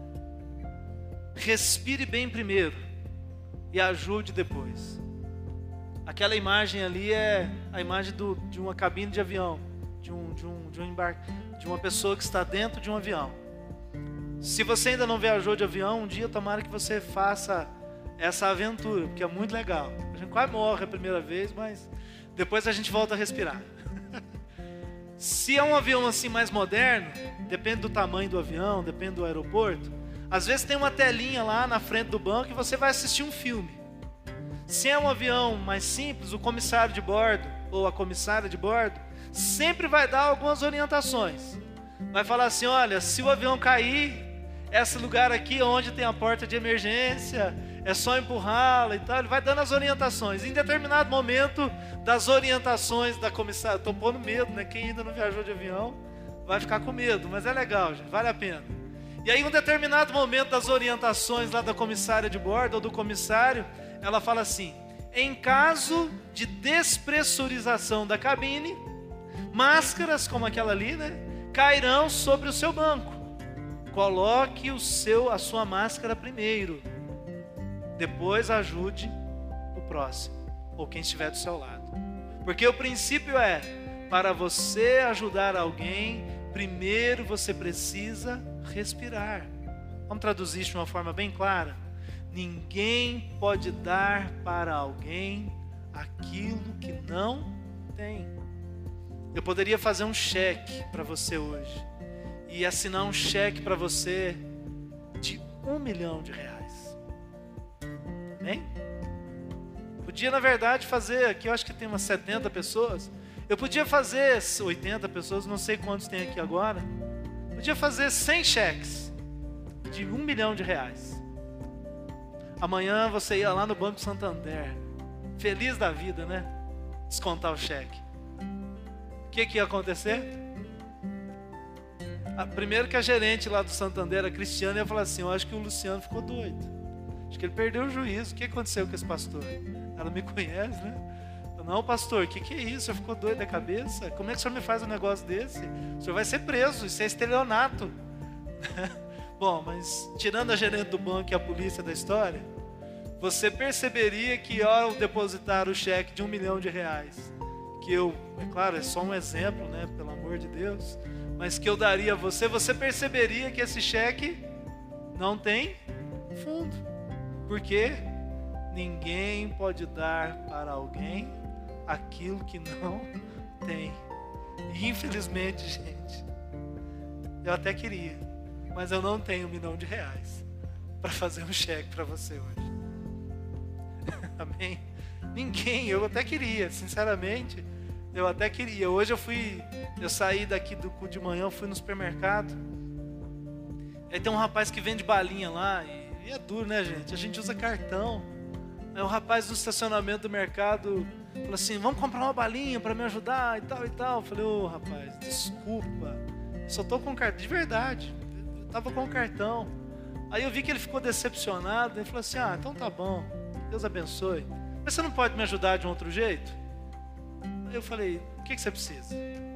Respire bem primeiro e ajude depois. Aquela imagem ali é a imagem de uma cabine de avião, de uma pessoa que está dentro de um avião. Se você ainda não viajou de avião, um dia tomara que você faça essa aventura, porque é muito legal. A gente quase morre a primeira vez, mas depois a gente volta a respirar. Se é um avião assim mais moderno, depende do tamanho do avião, depende do aeroporto, às vezes tem uma telinha lá na frente do banco e você vai assistir um filme. Se é um avião mais simples, o comissário de bordo ou a comissária de bordo sempre vai dar algumas orientações. Vai falar assim: olha, se o avião cair, esse lugar aqui onde tem a porta de emergência, é só empurrá-la e tal. Ele vai dando as orientações. Em determinado momento das orientações da comissária, estou pondo medo, né? Quem ainda não viajou de avião vai ficar com medo, mas é legal, gente, vale a pena. E aí, em um determinado momento das orientações lá da comissária de bordo ou do comissário, ela fala assim: em caso de despressurização da cabine, máscaras como aquela ali, né, cairão sobre o seu banco. Coloque a sua máscara primeiro. Depois ajude o próximo, ou quem estiver do seu lado. Porque o princípio é: para você ajudar alguém, primeiro você precisa respirar. Vamos traduzir isso de uma forma bem clara. Ninguém pode dar para alguém aquilo que não tem. Eu poderia fazer um cheque para você hoje e assinar um cheque para você de R$1 milhão. Amém? Podia, na verdade, fazer aqui, eu acho que tem umas 70 pessoas. Eu podia fazer 80 pessoas, não sei quantos tem aqui agora. Podia fazer 100 cheques de R$1 milhão. Amanhã você ia lá no Banco Santander, feliz da vida, né? descontar o cheque. O que ia acontecer? Primeiro que a gerente lá do Santander, a Cristiana, ia falar assim: eu acho que o Luciano ficou doido. Acho que ele perdeu o juízo. O que aconteceu com esse pastor? Ela me conhece, né? Não, pastor, o que é isso? O senhor ficou doido da cabeça? Como é que o senhor me faz um negócio desse? O senhor vai ser preso, isso é estelionato. Bom, mas tirando a gerente do banco e a polícia da história, você perceberia que ao depositar o cheque de R$1 milhão, que eu, é claro, é só um exemplo, né, pelo amor de Deus, mas que eu daria a você, você perceberia que esse cheque não tem fundo. Por quê? Ninguém pode dar para alguém aquilo que não tem. E infelizmente, gente, eu até queria, mas eu não tenho R$1 milhão para fazer um cheque para você hoje. Amém? Ninguém, eu até queria, sinceramente, eu até queria. Hoje eu saí daqui do culto de manhã, fui no supermercado. Aí tem um rapaz que vende balinha lá, e é duro, né, gente? A gente usa cartão. Aí o rapaz do estacionamento do mercado falou assim: vamos comprar uma balinha para me ajudar e tal e tal. Eu falei: ô rapaz, desculpa, eu só tô com cartão, de verdade, eu tava com cartão. Aí eu vi que ele ficou decepcionado, ele falou assim: ah, então tá bom, Deus abençoe, mas você não pode me ajudar de um outro jeito? Aí eu falei: o que você precisa?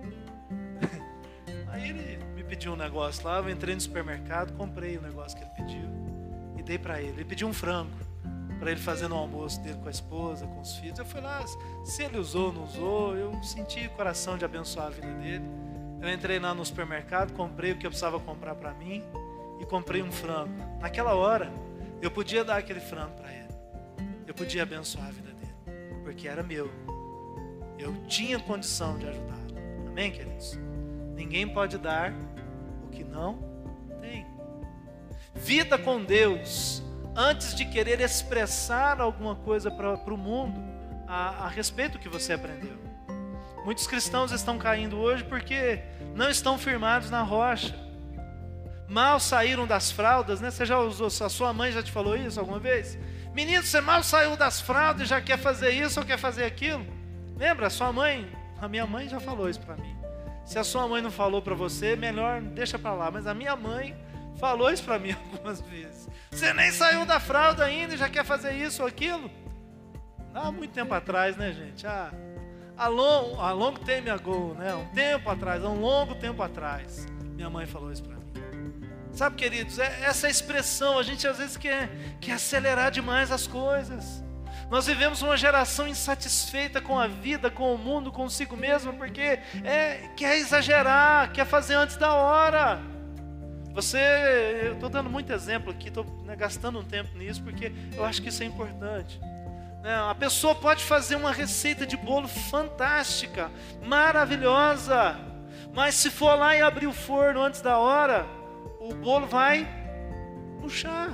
Aí ele me pediu um negócio lá, eu entrei no supermercado, comprei o negócio que ele pediu e dei para ele. Ele pediu um frango para ele fazer no almoço dele com a esposa, com os filhos. Eu fui lá, se ele usou ou não usou, eu senti o coração de abençoar a vida dele. Eu entrei lá no supermercado, comprei o que eu precisava comprar para mim e comprei um frango. Naquela hora, eu podia dar aquele frango para ele. Eu podia abençoar a vida dele, porque era meu. Eu tinha condição de ajudá-lo. Amém, queridos? Ninguém pode dar o que não tem. Vida com Deus, antes de querer expressar alguma coisa para o mundo a respeito do que você aprendeu. Muitos cristãos estão caindo hoje porque não estão firmados na rocha. Mal saíram das fraldas, né? Você já usou, a sua mãe já te falou isso alguma vez? Menino, você mal saiu das fraldas e já quer fazer isso ou quer fazer aquilo? Lembra, a minha mãe já falou isso para mim. Se a sua mãe não falou para você, melhor deixa para lá. Mas a minha mãe falou isso para mim algumas vezes. Você nem saiu da fralda ainda e já quer fazer isso ou aquilo? Há muito tempo atrás, né, gente? A long time ago, né? Um longo tempo atrás, minha mãe falou isso para mim. Sabe, queridos, essa expressão, a gente às vezes quer acelerar demais as coisas. Nós vivemos uma geração insatisfeita com a vida, com o mundo, consigo mesmo, porque quer exagerar, quer fazer antes da hora. Eu estou dando muito exemplo aqui, estou gastando um tempo nisso, porque eu acho que isso é importante. A pessoa pode fazer uma receita de bolo fantástica, maravilhosa, mas se for lá e abrir o forno antes da hora, o bolo vai murchar.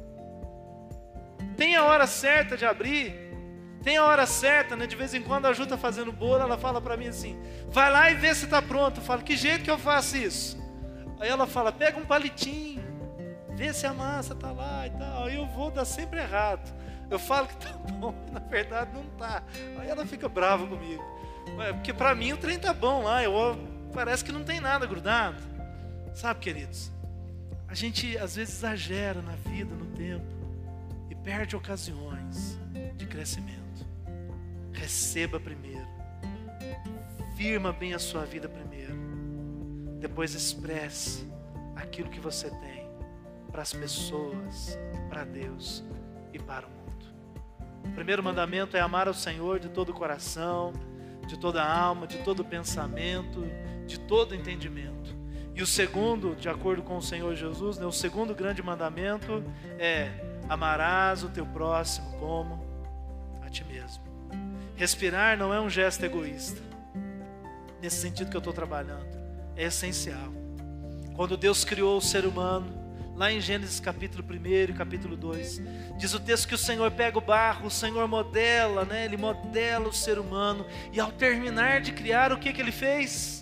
Tem a hora certa de abrir, tem a hora certa, né? De vez em quando a Ju está fazendo bolo, ela fala para mim assim: vai lá e vê se está pronto. Eu falo: que jeito que eu faço isso? Aí ela fala: pega um palitinho, vê se a massa está lá e tal. Aí eu vou dar sempre errado. Eu falo que está bom, e na verdade não está. Aí ela fica brava comigo. Porque para mim o trem está bom lá, parece que não tem nada grudado. Sabe, queridos, a gente às vezes exagera na vida, no tempo, e perde ocasiões de crescimento. Receba primeiro, firma bem a sua vida primeiro, depois expresse aquilo que você tem para as pessoas, para Deus e para o mundo. O primeiro mandamento é amar ao Senhor de todo o coração, de toda a alma, de todo o pensamento, de todo o entendimento. E o segundo, de acordo com o Senhor Jesus, o segundo grande mandamento é: amarás o teu próximo como a ti mesmo. Respirar não é um gesto egoísta, nesse sentido que eu estou trabalhando, é essencial. Quando Deus criou o ser humano, lá em Gênesis capítulo 1 e capítulo 2, diz o texto que o Senhor pega o barro, o Senhor modela, né? Ele modela o ser humano, e ao terminar de criar, o que Ele fez?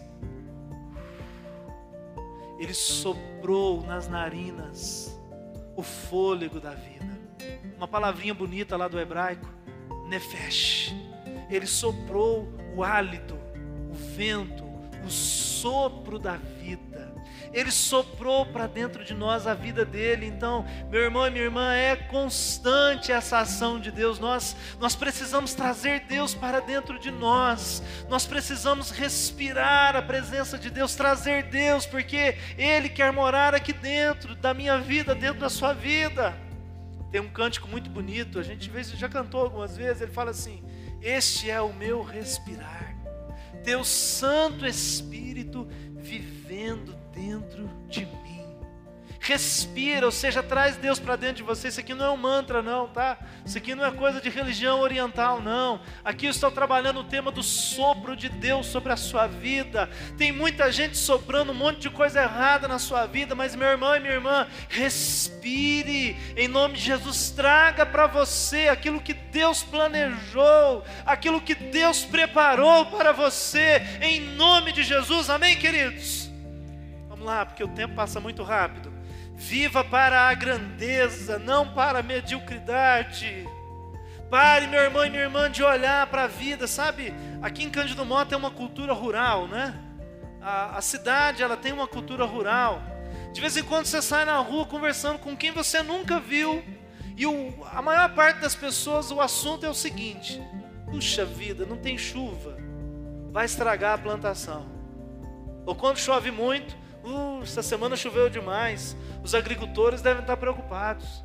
Ele soprou nas narinas o fôlego da vida. Uma palavrinha bonita lá do hebraico, nefesh. Ele soprou o hálito, o vento, o sopro da vida. Ele soprou para dentro de nós a vida dele. Então, meu irmão e minha irmã, é constante essa ação de Deus. Nós precisamos trazer Deus para dentro de nós. Nós precisamos respirar a presença de Deus, trazer Deus, porque Ele quer morar aqui dentro da minha vida, dentro da sua vida. Tem um cântico muito bonito, a gente já cantou algumas vezes, ele fala assim: este é o meu respirar, teu Santo Espírito vivendo dentro de mim. Respira, ou seja, traz Deus para dentro de você. Isso aqui não é um mantra não, tá? Isso aqui não é coisa de religião oriental não. Aqui eu estou trabalhando o tema do sopro de Deus sobre a sua vida. Tem muita gente soprando um monte de coisa errada na sua vida, mas meu irmão e minha irmã, respire, em nome de Jesus. Traga para você aquilo que Deus planejou, aquilo que Deus preparou para você, em nome de Jesus, amém, queridos? Vamos lá, porque o tempo passa muito rápido. Viva para a grandeza, não para a mediocridade. Pare, meu irmão e minha irmã, de olhar para a vida, sabe? Aqui em Cândido Mota tem uma cultura rural, né? A cidade, ela tem uma cultura rural. De vez em quando você sai na rua conversando com quem você nunca viu, e a maior parte das pessoas, o assunto é o seguinte: puxa vida, não tem chuva, vai estragar a plantação. Ou quando chove muito, essa semana choveu demais, os agricultores devem estar preocupados.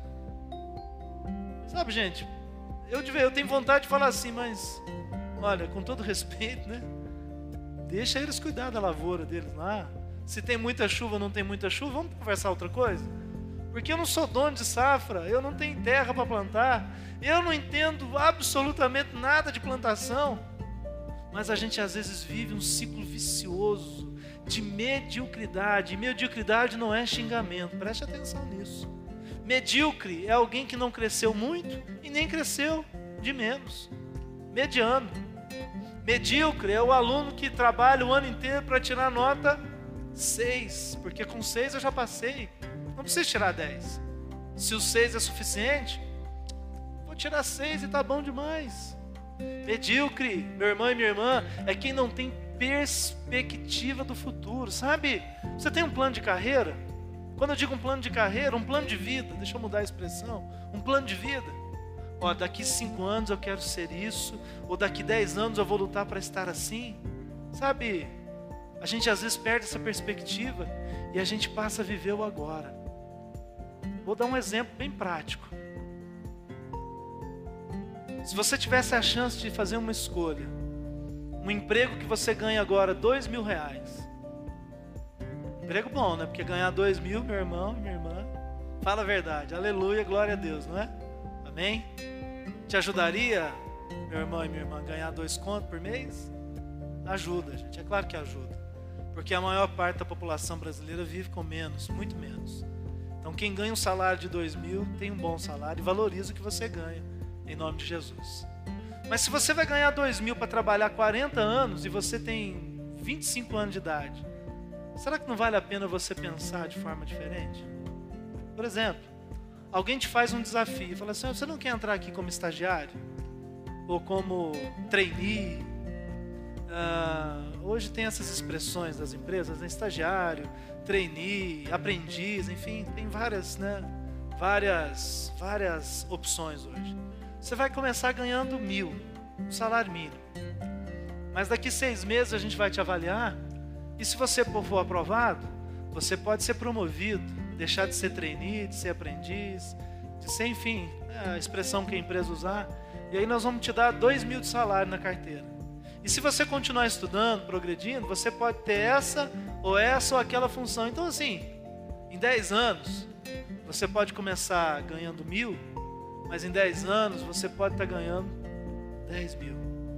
Sabe, gente, eu tenho vontade de falar assim, mas olha, com todo respeito, né? Deixa eles cuidar da lavoura deles lá. Se tem muita chuva ou não tem muita chuva, vamos conversar outra coisa. Porque eu não sou dono de safra, eu não tenho terra para plantar, eu não entendo absolutamente nada de plantação. Mas a gente às vezes vive um ciclo vicioso de mediocridade. E mediocridade não é xingamento, preste atenção nisso. Medíocre é alguém que não cresceu muito e nem cresceu de menos. Mediano. Medíocre é o aluno que trabalha o ano inteiro para tirar nota 6, porque com 6 eu já passei, não preciso tirar 10. Se o 6 é suficiente, vou tirar 6 e está bom demais. Medíocre, meu irmão e minha irmã, é quem não tem perspectiva do futuro, sabe? Você tem um plano de carreira? Quando eu digo um plano de carreira, um plano de vida, deixa eu mudar a expressão, um plano de vida. Ó, daqui 5 anos eu quero ser isso, ou daqui 10 anos eu vou lutar para estar assim. Sabe, a gente às vezes perde essa perspectiva e a gente passa a viver o agora. Vou dar um exemplo bem prático. Se você tivesse a chance de fazer uma escolha, um emprego que você ganha agora R$2.000, emprego bom, né? Porque ganhar 2.000, meu irmão e minha irmã, fala a verdade, aleluia, glória a Deus, não é? Amém? Te ajudaria, meu irmão e minha irmã, ganhar 2 contos por mês? Ajuda, gente, é claro que ajuda. Porque a maior parte da população brasileira vive com menos, muito menos. Então quem ganha um salário de 2.000 tem um bom salário e valoriza o que você ganha, em nome de Jesus. Mas se você vai ganhar 2.000 para trabalhar 40 anos e você tem 25 anos de idade, será que não vale a pena você pensar de forma diferente? Por exemplo, alguém te faz um desafio e fala assim: você não quer entrar aqui como estagiário? Ou como trainee? Hoje tem essas expressões das empresas, né? Estagiário, trainee, aprendiz, enfim, tem várias opções hoje. Você vai começar ganhando 1.000, um salário mínimo. Mas daqui 6 meses a gente vai te avaliar, e se você for aprovado, você pode ser promovido, deixar de ser trainee, de ser aprendiz, de ser, enfim, a expressão que a empresa usar, e aí nós vamos te dar 2.000 de salário na carteira. E se você continuar estudando, progredindo, você pode ter essa ou aquela função. Então assim, em 10 anos, você pode começar ganhando 1.000, mas em 10 anos você pode estar ganhando 10.000.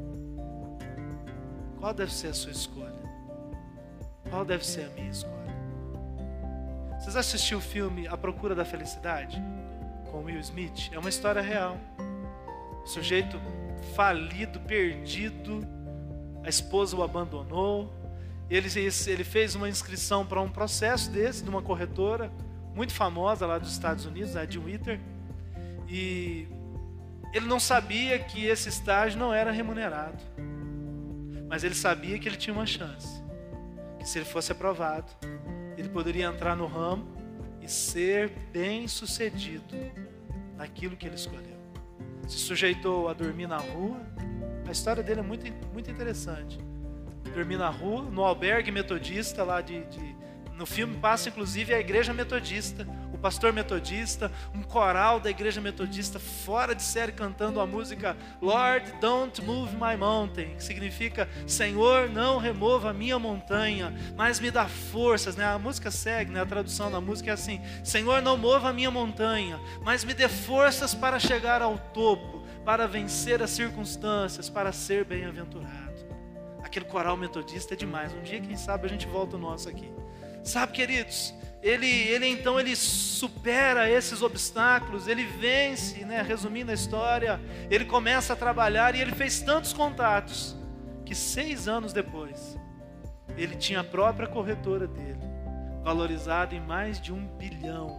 Qual deve ser a sua escolha? Qual deve ser a minha escolha? Vocês assistiram o filme A Procura da Felicidade? Com Will Smith? É uma história real. O sujeito falido, perdido, a esposa o abandonou. Ele fez uma inscrição para um processo desse, de uma corretora muito famosa lá dos Estados Unidos, a Jim Witter. E Ele não sabia que esse estágio não era remunerado, mas ele sabia que ele tinha uma chance, que se ele fosse aprovado, ele poderia entrar no ramo e ser bem sucedido naquilo que ele escolheu. Se sujeitou a dormir na rua. A história dele é muito, muito interessante. Dormir na rua, no albergue metodista lá no filme passa inclusive a igreja metodista, o pastor metodista, um coral da igreja metodista fora de série cantando a música Lord, don't move my mountain, que significa Senhor, não remova a minha montanha, mas me dá forças, né? A música segue, né? A tradução da música é assim: Senhor, não mova a minha montanha, mas me dê forças para chegar ao topo, para vencer as circunstâncias, para ser bem-aventurado. Aquele coral metodista é demais. Um dia, quem sabe, a gente volta o nosso aqui. Sabe, queridos, ele supera esses obstáculos, ele vence, né? Resumindo a história, ele começa a trabalhar e ele fez tantos contatos que 6 anos depois, ele tinha a própria corretora dele, valorizada em mais de $1 bilhão.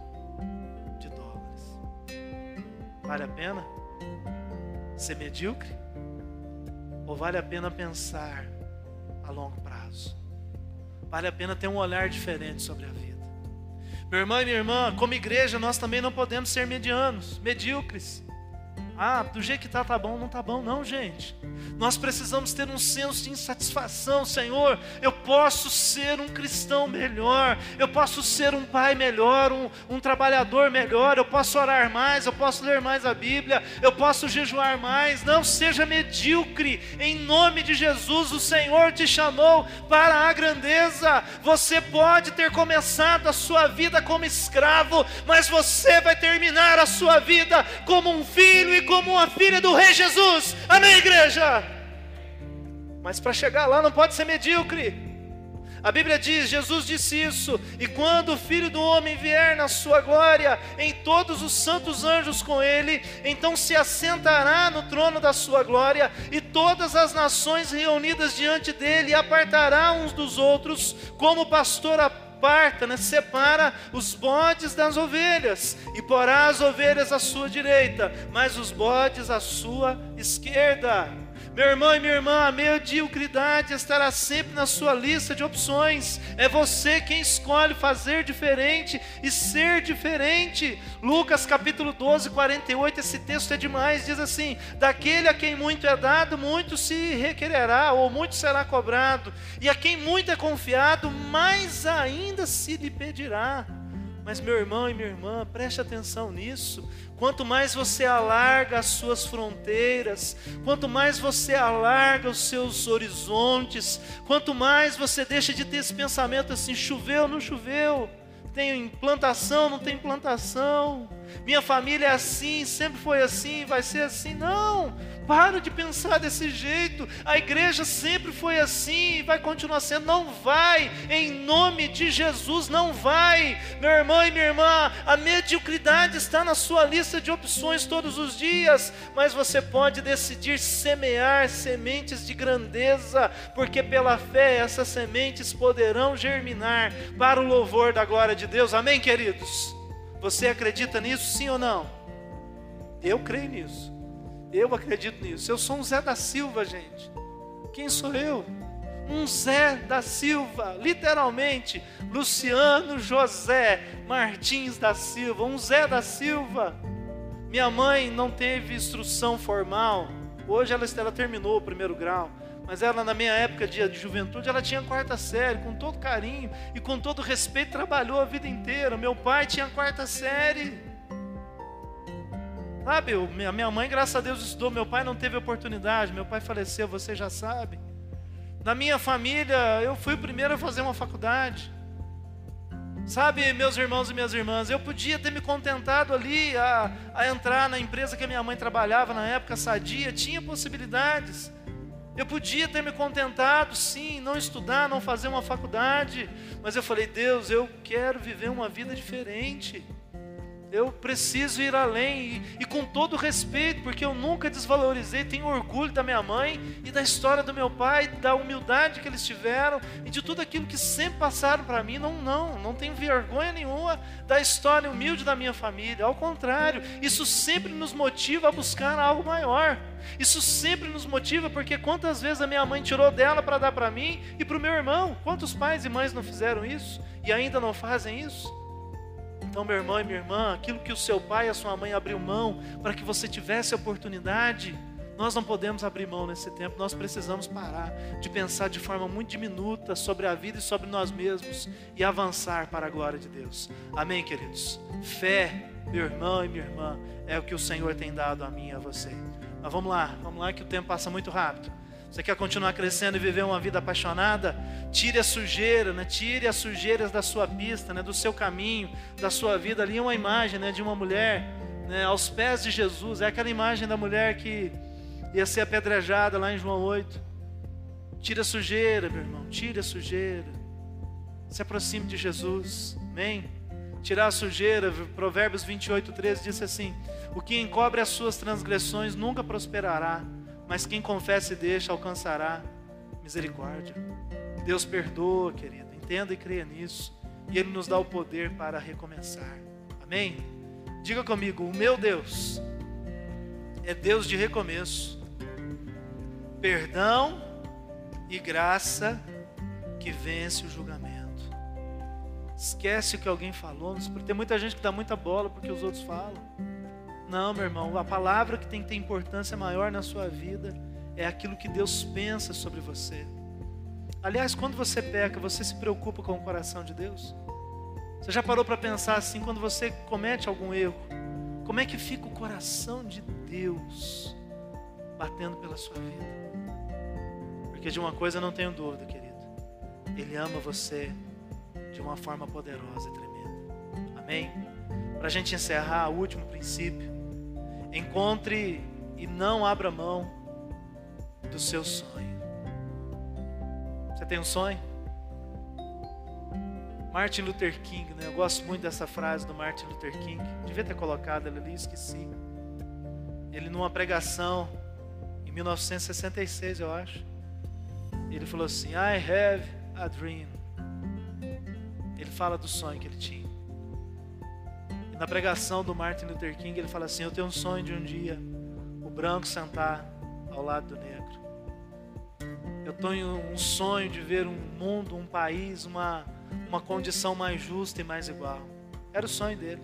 Vale a pena ser medíocre? Ou vale a pena pensar a longo prazo? Vale a pena ter um olhar diferente sobre a vida. Meu irmão e minha irmã, como igreja, nós também não podemos ser medianos, medíocres. Do jeito que tá bom, não tá bom não, gente. Nós precisamos ter um senso de insatisfação. Senhor, eu posso ser um cristão melhor, eu posso ser um pai melhor, um trabalhador melhor, eu posso orar mais, eu posso ler mais a Bíblia, eu posso jejuar mais. Não seja medíocre, em nome de Jesus. O Senhor te chamou para a grandeza. Você pode ter começado a sua vida como escravo, mas você vai terminar a sua vida como um filho e como uma filha do Rei Jesus. Amém, igreja? Mas para chegar lá não pode ser medíocre. A Bíblia diz, Jesus disse isso: e quando o Filho do Homem vier na sua glória, em todos os santos anjos com ele, então se assentará no trono da sua glória, e todas as nações reunidas diante dele apartará uns dos outros, como o pastor aparta, né? Separa os bodes das ovelhas, e porá as ovelhas à sua direita, mas os bodes à sua esquerda. Meu irmão e minha irmã, a mediocridade estará sempre na sua lista de opções. É você quem escolhe fazer diferente e ser diferente. Lucas capítulo 12, 48, esse texto é demais, diz assim: daquele a quem muito é dado, muito se requererá, ou muito será cobrado, e a quem muito é confiado, mais ainda se lhe pedirá. Mas meu irmão e minha irmã, preste atenção nisso. Quanto mais você alarga as suas fronteiras, quanto mais você alarga os seus horizontes, quanto mais você deixa de ter esse pensamento assim: choveu, não choveu, tem plantação, não tem plantação, minha família é assim, sempre foi assim, vai ser assim. Não, para de pensar desse jeito. A igreja sempre foi assim e vai continuar sendo. Não vai, em nome de Jesus, não vai. Meu irmão e minha irmã, a mediocridade está na sua lista de opções todos os dias, mas você pode decidir semear sementes de grandeza, porque pela fé essas sementes poderão germinar para o louvor da glória de Deus. Amém, queridos? Você acredita nisso, sim ou não? Eu creio nisso. Eu acredito nisso. Eu sou um Zé da Silva, gente. Quem sou eu? Um Zé da Silva, literalmente. Luciano José Martins da Silva, um Zé da Silva. Minha mãe não teve instrução formal. Hoje ela terminou o 1º grau. Mas ela, na minha época de juventude, ela tinha 4ª série, com todo carinho e com todo respeito, trabalhou a vida inteira. Meu pai tinha 4ª série. Sabe, a minha mãe, graças a Deus, estudou. Meu pai não teve oportunidade, meu pai faleceu, você já sabe. Na minha família, eu fui o primeiro a fazer uma faculdade. Sabe, meus irmãos e minhas irmãs, eu podia ter me contentado ali a entrar na empresa que a minha mãe trabalhava na época, Sadia, tinha possibilidades. Eu podia ter me contentado, sim, não estudar, não fazer uma faculdade, mas eu falei: Deus, eu quero viver uma vida diferente. Eu preciso ir além e com todo respeito, porque eu nunca desvalorizei, tenho orgulho da minha mãe e da história do meu pai, da humildade que eles tiveram e de tudo aquilo que sempre passaram para mim. Não tenho vergonha nenhuma da história humilde da minha família. Ao contrário, isso sempre nos motiva a buscar algo maior. Isso sempre nos motiva, porque quantas vezes a minha mãe tirou dela para dar para mim e para o meu irmão? Quantos pais e mães não fizeram isso e ainda não fazem isso? Então, meu irmão e minha irmã, aquilo que o seu pai e a sua mãe abriu mão para que você tivesse a oportunidade, nós não podemos abrir mão nesse tempo. Nós precisamos parar de pensar de forma muito diminuta sobre a vida e sobre nós mesmos e avançar para a glória de Deus. Amém, queridos? Fé, meu irmão e minha irmã, é o que o Senhor tem dado a mim e a você. Mas vamos lá que o tempo passa muito rápido. Você quer continuar crescendo e viver uma vida apaixonada? Tire a sujeira, né? Tire as sujeiras da sua pista, né? Do seu caminho, da sua vida. Ali é uma imagem, né? De uma mulher, né? Aos pés de Jesus. É aquela imagem da mulher que ia ser apedrejada lá em João 8. Tire a sujeira, meu irmão, tire a sujeira. Se aproxime de Jesus, amém? Tirar a sujeira, Provérbios 28:13 diz assim: o que encobre as suas transgressões nunca prosperará, mas quem confessa e deixa alcançará misericórdia. Deus perdoa, querido, entenda e creia nisso, e Ele nos dá o poder para recomeçar, amém? Diga comigo: o meu Deus é Deus de recomeço, perdão e graça que vence o julgamento. Esquece o que alguém falou. Tem muita gente que dá muita bola porque os outros falam. Não, meu irmão, a palavra que tem que ter importância maior na sua vida é aquilo que Deus pensa sobre você. Aliás, quando você peca, você se preocupa com o coração de Deus? Você já parou para pensar assim, quando você comete algum erro, como é que fica o coração de Deus batendo pela sua vida? Porque de uma coisa eu não tenho dúvida, querido: Ele ama você de uma forma poderosa e tremenda. Amém? Para a gente encerrar, o último princípio: encontre e não abra mão do seu sonho. Você tem um sonho? Martin Luther King, né? Eu gosto muito dessa frase do Martin Luther King. Devia ter colocado ela ali, esqueci. Ele, numa pregação em 1966, eu acho, ele falou assim: I have a dream. Ele fala do sonho que ele tinha. E na pregação do Martin Luther King, ele fala assim: eu tenho um sonho de um dia o branco sentar ao lado do negro. Eu tenho um sonho de ver um mundo, um país, uma condição mais justa e mais igual. Era o sonho dele.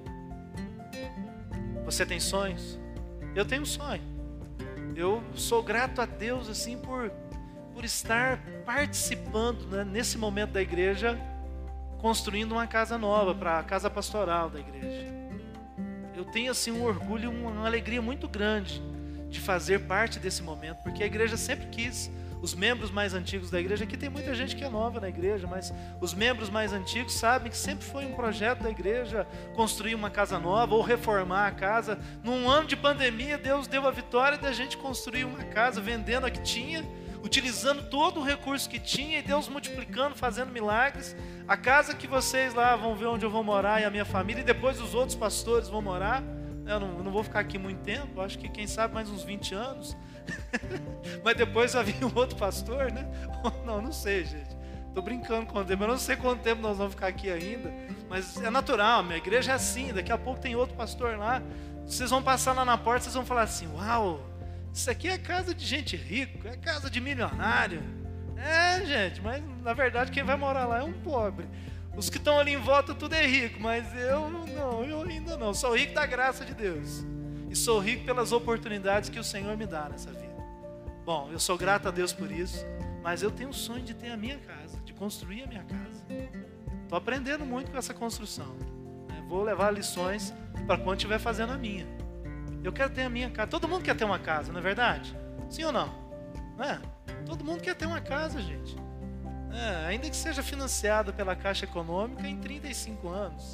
Você tem sonhos? Eu tenho um sonho. Eu sou grato a Deus assim por estar participando, né, nesse momento da igreja, construindo uma casa nova para a casa pastoral da igreja. Eu tenho assim um orgulho, uma alegria muito grande de fazer parte desse momento, porque a igreja sempre quis. Os membros mais antigos da igreja, aqui tem muita gente que é nova na igreja, mas os membros mais antigos sabem que sempre foi um projeto da igreja construir uma casa nova ou reformar a casa. Num ano de pandemia, Deus deu a vitória da gente construir uma casa, vendendo a que tinha, utilizando todo o recurso que tinha, e Deus multiplicando, fazendo milagres. A casa que vocês lá vão ver onde eu vou morar e a minha família, e depois os outros pastores vão morar. Eu não vou ficar aqui muito tempo, acho que quem sabe mais uns 20 anos. Mas depois vai vir um outro pastor, né? Não sei, gente. Estou brincando com o tempo, eu não sei quanto tempo nós vamos ficar aqui ainda. Mas é natural, minha igreja é assim. Daqui a pouco tem outro pastor lá. Vocês vão passar lá na porta, vocês vão falar assim: uau, isso aqui é casa de gente rica, é casa de milionário. É, gente, mas na verdade quem vai morar lá é um pobre. Os que estão ali em volta tudo é rico, mas eu ainda não. Sou rico da graça de Deus. E sou rico pelas oportunidades que o Senhor me dá nessa vida. Bom, eu sou grato a Deus por isso, mas eu tenho o sonho de ter a minha casa, de construir a minha casa. Estou aprendendo muito com essa construção. Vou levar lições para quando estiver fazendo a minha. Eu quero ter a minha casa. Todo mundo quer ter uma casa, não é verdade? Sim ou não? Não é? Todo mundo quer ter uma casa, gente. Ainda que seja financiado pela Caixa Econômica em 35 anos.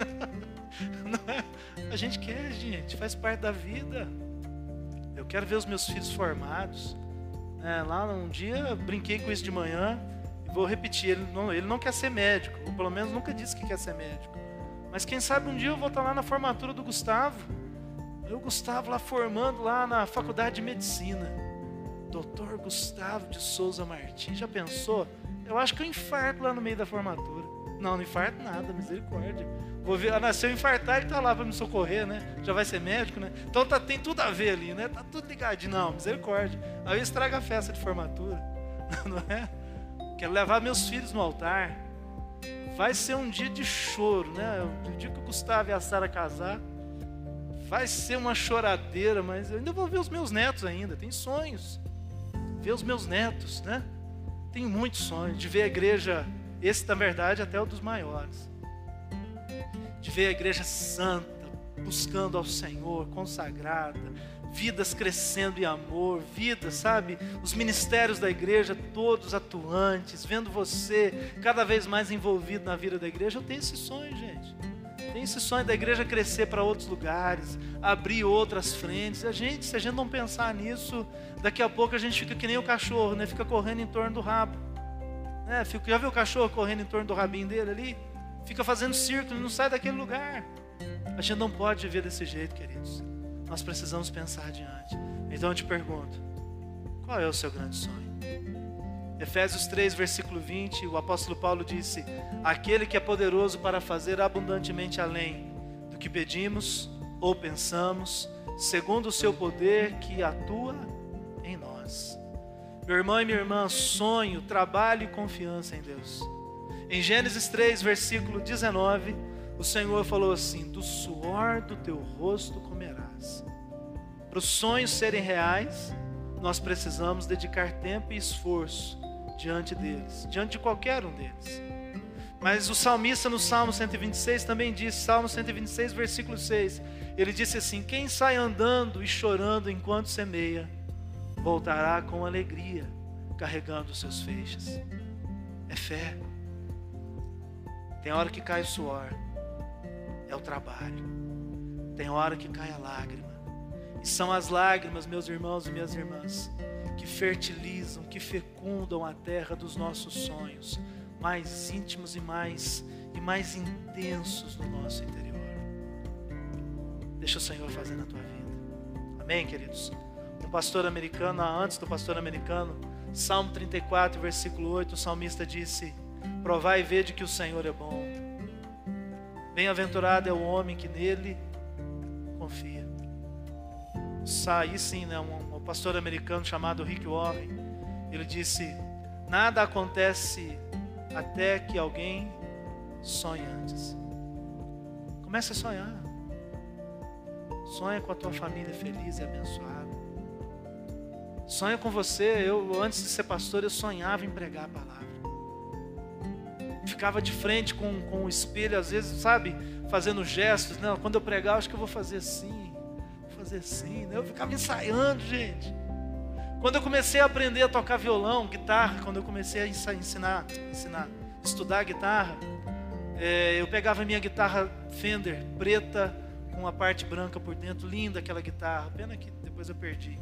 Não é? A gente quer, gente, faz parte da vida. Eu quero ver os meus filhos formados. Lá um dia eu brinquei com isso de manhã e vou repetir. Ele não quer ser médico, ou pelo menos nunca disse que quer ser médico. Mas quem sabe um dia eu vou estar lá na formatura do Gustavo. O Gustavo lá formando lá na faculdade de medicina. Dr. Gustavo de Souza Martins. Já pensou? Eu acho que eu infarto lá no meio da formatura. Não infarto nada, misericórdia. Vou ver, se eu infartar, ele está lá para me socorrer, né? Já vai ser médico, né? Então tem tudo a ver ali, né? Tá tudo ligadinho. Não, misericórdia. Aí eu estrago a festa de formatura. Não é? Quero levar meus filhos no altar. Vai ser um dia de choro, né? O dia que o Gustavo e a Sara casar, vai ser uma choradeira, mas eu ainda vou ver os meus netos ainda, tem sonhos. Ver os meus netos, né? Tenho muitos sonhos de ver a igreja, esse na verdade até o dos maiores. De ver a igreja santa, buscando ao Senhor, consagrada, vidas crescendo em amor, vidas, sabe? Os ministérios da igreja todos atuantes, vendo você cada vez mais envolvido na vida da igreja. Eu tenho esse sonho, gente. Tem esse sonho da igreja crescer para outros lugares, abrir outras frentes. Se a gente não pensar nisso, daqui a pouco a gente fica que nem o cachorro, né? Fica correndo em torno do rabo. Já viu o cachorro correndo em torno do rabinho dele ali? Fica fazendo círculo e não sai daquele lugar. A gente não pode viver desse jeito, queridos. Nós precisamos pensar adiante. Então eu te pergunto, qual é o seu grande sonho? Efésios 3, versículo 20, o apóstolo Paulo disse: aquele que é poderoso para fazer abundantemente além do que pedimos ou pensamos, segundo o seu poder que atua em nós. Meu irmão e minha irmã, sonho, trabalho e confiança em Deus. Em Gênesis 3, versículo 19, o Senhor falou assim: do suor do teu rosto comerás. Para os sonhos serem reais, nós precisamos dedicar tempo e esforço diante deles, diante de qualquer um deles. Mas o salmista no Salmo 126 também diz, Salmo 126, versículo 6, ele disse assim: quem sai andando e chorando enquanto semeia, voltará com alegria, carregando os seus feixes. É fé. Tem hora que cai o suor, é o trabalho. Tem hora que cai a lágrima. E são as lágrimas, meus irmãos e minhas irmãs, que fertilizam, que fecundam a terra dos nossos sonhos, mais íntimos e mais intensos no nosso interior. Deixa o Senhor fazer na tua vida. Amém, queridos? Um pastor americano, antes do pastor americano, Salmo 34, versículo 8, o salmista disse: provai e vede que o Senhor é bom. Bem-aventurado é o homem que nele confia. Aí sim, né, um pastor americano chamado Rick Warren, ele disse: nada acontece até que alguém sonhe antes. Comece a sonhar. Sonha com a tua família feliz e abençoada. Sonha com você. Antes de ser pastor, eu sonhava em pregar a palavra. Ficava de frente com o espelho, às vezes, sabe, fazendo gestos. Não, quando eu pregar, acho que eu vou fazer assim, né? Eu ficava ensaiando, gente. Quando eu comecei a aprender a tocar violão, guitarra, quando eu comecei a estudar guitarra, eu pegava a minha guitarra Fender preta, com a parte branca por dentro, linda aquela guitarra, pena que depois eu perdi.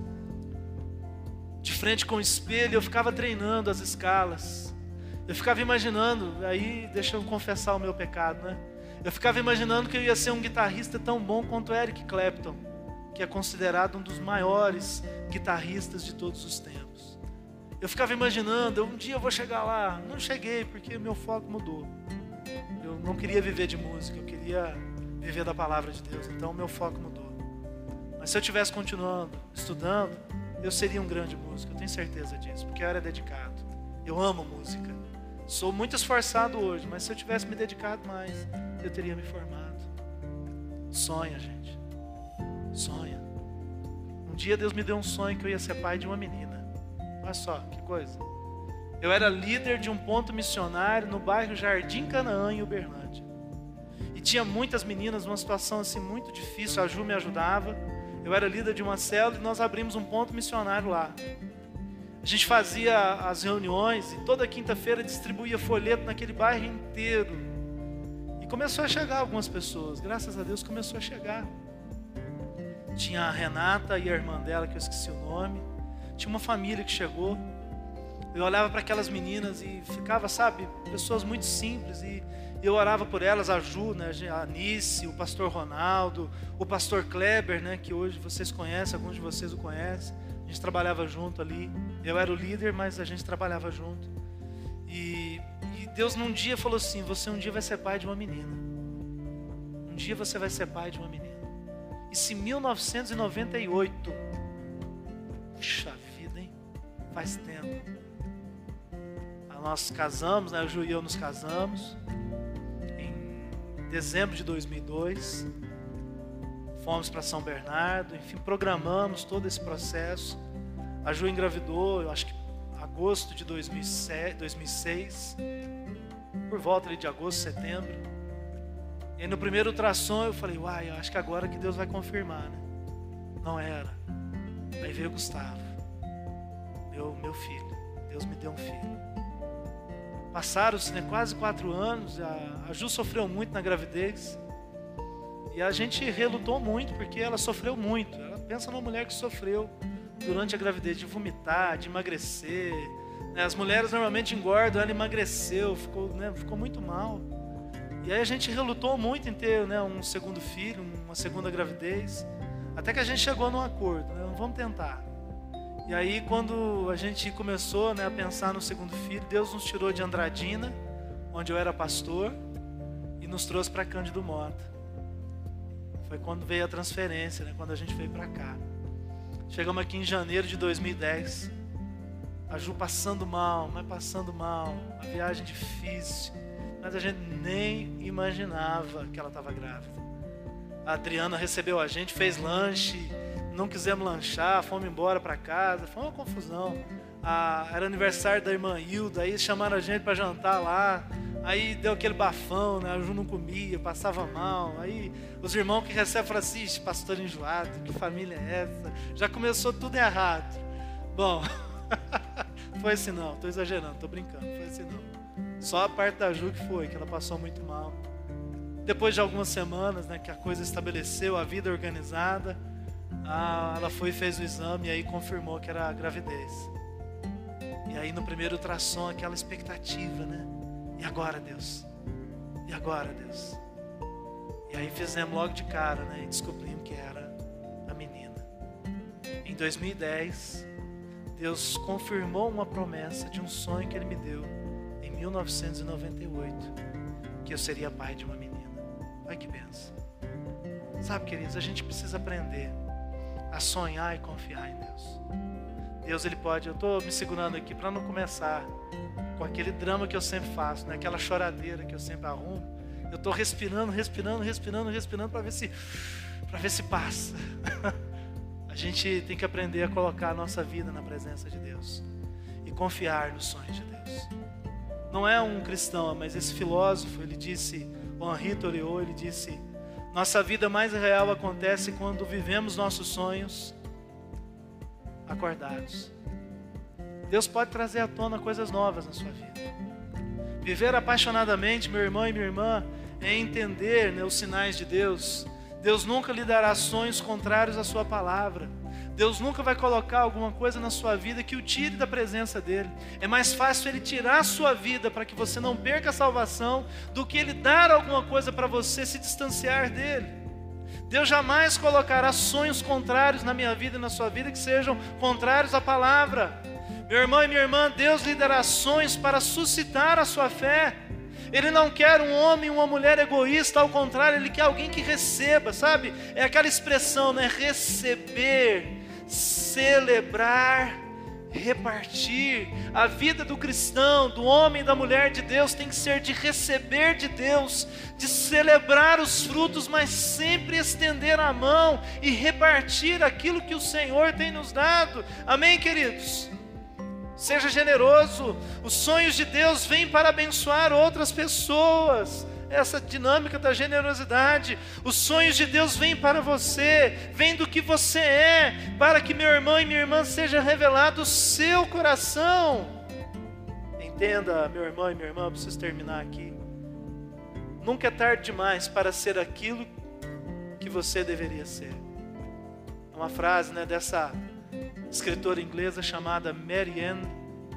De frente com o espelho, eu ficava treinando as escalas. Eu ficava imaginando, aí deixa eu confessar o meu pecado, né? Eu ficava imaginando que eu ia ser um guitarrista tão bom quanto Eric Clapton, que é considerado um dos maiores guitarristas de todos os tempos. Eu ficava imaginando, um dia eu vou chegar lá. Não cheguei, porque meu foco mudou. Eu não queria viver de música, eu queria viver da palavra de Deus, então o meu foco mudou. Mas se eu tivesse continuando, estudando, eu seria um grande músico, eu tenho certeza disso, porque eu era dedicado. Eu amo música. Sou muito esforçado hoje, mas se eu tivesse me dedicado mais, eu teria me formado. Sonha, gente. Sonha. Um dia Deus me deu um sonho que eu ia ser pai de uma menina. Olha só, que coisa. Eu era líder de um ponto missionário no bairro Jardim Canaã, em Uberlândia. E tinha muitas meninas, numa situação assim muito difícil. A Ju me ajudava. Eu era líder de uma célula e nós abrimos um ponto missionário lá. A gente fazia as reuniões e toda quinta-feira distribuía folheto naquele bairro inteiro. E começou a chegar algumas pessoas. Graças a Deus começou a chegar. Tinha a Renata e a irmã dela, que eu esqueci o nome. Tinha uma família que chegou. Eu olhava para aquelas meninas e ficava, sabe, pessoas muito simples, e eu orava por elas, a Ju, né, a Anice, o pastor Ronaldo, o pastor Kleber, né, que hoje vocês conhecem, alguns de vocês o conhecem. A gente trabalhava junto ali. Eu era o líder, mas a gente trabalhava junto. E Deus num dia falou assim: você um dia vai ser pai de uma menina. Um dia você vai ser pai de uma menina. Isso em 1998. Puxa vida, hein? Faz tempo. Nós casamos, né? A Ju e eu nos casamos em dezembro de 2002. Fomos para São Bernardo, enfim, programamos todo esse processo. A Ju engravidou, eu acho que em agosto de 2006, por volta ali de agosto, setembro. E aí no primeiro ultrassom eu falei: uai, eu acho que agora que Deus vai confirmar, né? Não era. Aí veio o Gustavo, meu filho. Deus me deu um filho. Passaram-se, né, quase 4 anos. A Ju sofreu muito na gravidez. E a gente relutou muito, porque ela sofreu muito. Ela pensa numa mulher que sofreu durante a gravidez, de vomitar, de emagrecer. Né? As mulheres normalmente engordam, ela emagreceu, ficou muito mal. E aí a gente relutou muito em ter, né, um segundo filho, uma segunda gravidez. Até que a gente chegou num acordo, né? Vamos tentar. E aí quando a gente começou, né, a pensar no segundo filho, Deus nos tirou de Andradina, onde eu era pastor, e nos trouxe para Cândido Mota. Foi quando veio a transferência, né, quando a gente veio para cá. Chegamos aqui em janeiro de 2010. A Ju passando mal, mas passando mal. A viagem difícil. Mas a gente nem imaginava que ela estava grávida. A Adriana recebeu a gente, fez lanche. Não quisemos lanchar, fomos embora para casa. Foi uma confusão. Era aniversário da irmã Hilda, aí chamaram a gente para jantar lá. Aí deu aquele bafão, né? A Ju não comia, passava mal. Aí os irmãos que recebem falaram assim: pastor enjoado, que família é essa? Já começou tudo errado. Bom, foi assim não, estou exagerando, estou brincando, foi assim não. Só a parte da Ju que ela passou muito mal. Depois de algumas semanas, né, que a coisa estabeleceu, a vida organizada, ela foi e fez o exame e aí confirmou que era a gravidez. E aí no primeiro ultrassom, aquela expectativa, né? E agora, Deus? E agora, Deus? E aí fizemos logo de cara, né? E descobrimos que era a menina. Em 2010, Deus confirmou uma promessa de um sonho que Ele me deu em 1998, que eu seria pai de uma menina. Olha que bênção. Sabe, queridos, a gente precisa aprender a sonhar e confiar em Deus. Deus, Ele pode... Eu estou me segurando aqui para não começar com aquele drama que eu sempre faço, né? Aquela choradeira que eu sempre arrumo. Eu estou respirando para ver se passa. A gente tem que aprender a colocar a nossa vida na presença de Deus e confiar nos sonhos de Deus. Não é um cristão, mas esse filósofo, ele disse, o Henri Thoreau, ele disse: nossa vida mais real acontece quando vivemos nossos sonhos acordados. Deus pode trazer à tona coisas novas na sua vida. Viver apaixonadamente, meu irmão e minha irmã, é entender, né, os sinais de Deus. Deus nunca lhe dará sonhos contrários à sua palavra. Deus nunca vai colocar alguma coisa na sua vida que o tire da presença dEle. É mais fácil Ele tirar a sua vida para que você não perca a salvação do que Ele dar alguma coisa para você se distanciar dEle. Deus jamais colocará sonhos contrários na minha vida e na sua vida que sejam contrários à palavra. Meu irmão e minha irmã, Deus lhe dará sonhos para suscitar a sua fé. Ele não quer um homem e uma mulher egoísta, ao contrário, Ele quer alguém que receba, sabe? É aquela expressão, né? Receber, celebrar, repartir. A vida do cristão, do homem e da mulher de Deus tem que ser de receber de Deus, de celebrar os frutos, mas sempre estender a mão e repartir aquilo que o Senhor tem nos dado. Amém, queridos? Seja generoso. Os sonhos de Deus vêm para abençoar outras pessoas. Essa dinâmica da generosidade. Os sonhos de Deus vêm para você, vêm do que você é, para que meu irmão e minha irmã seja revelado o seu coração. Entenda, meu irmão e minha irmã, eu preciso terminar aqui. Nunca é tarde demais para ser aquilo que você deveria ser. Uma frase, né, dessa escritora inglesa chamada Marianne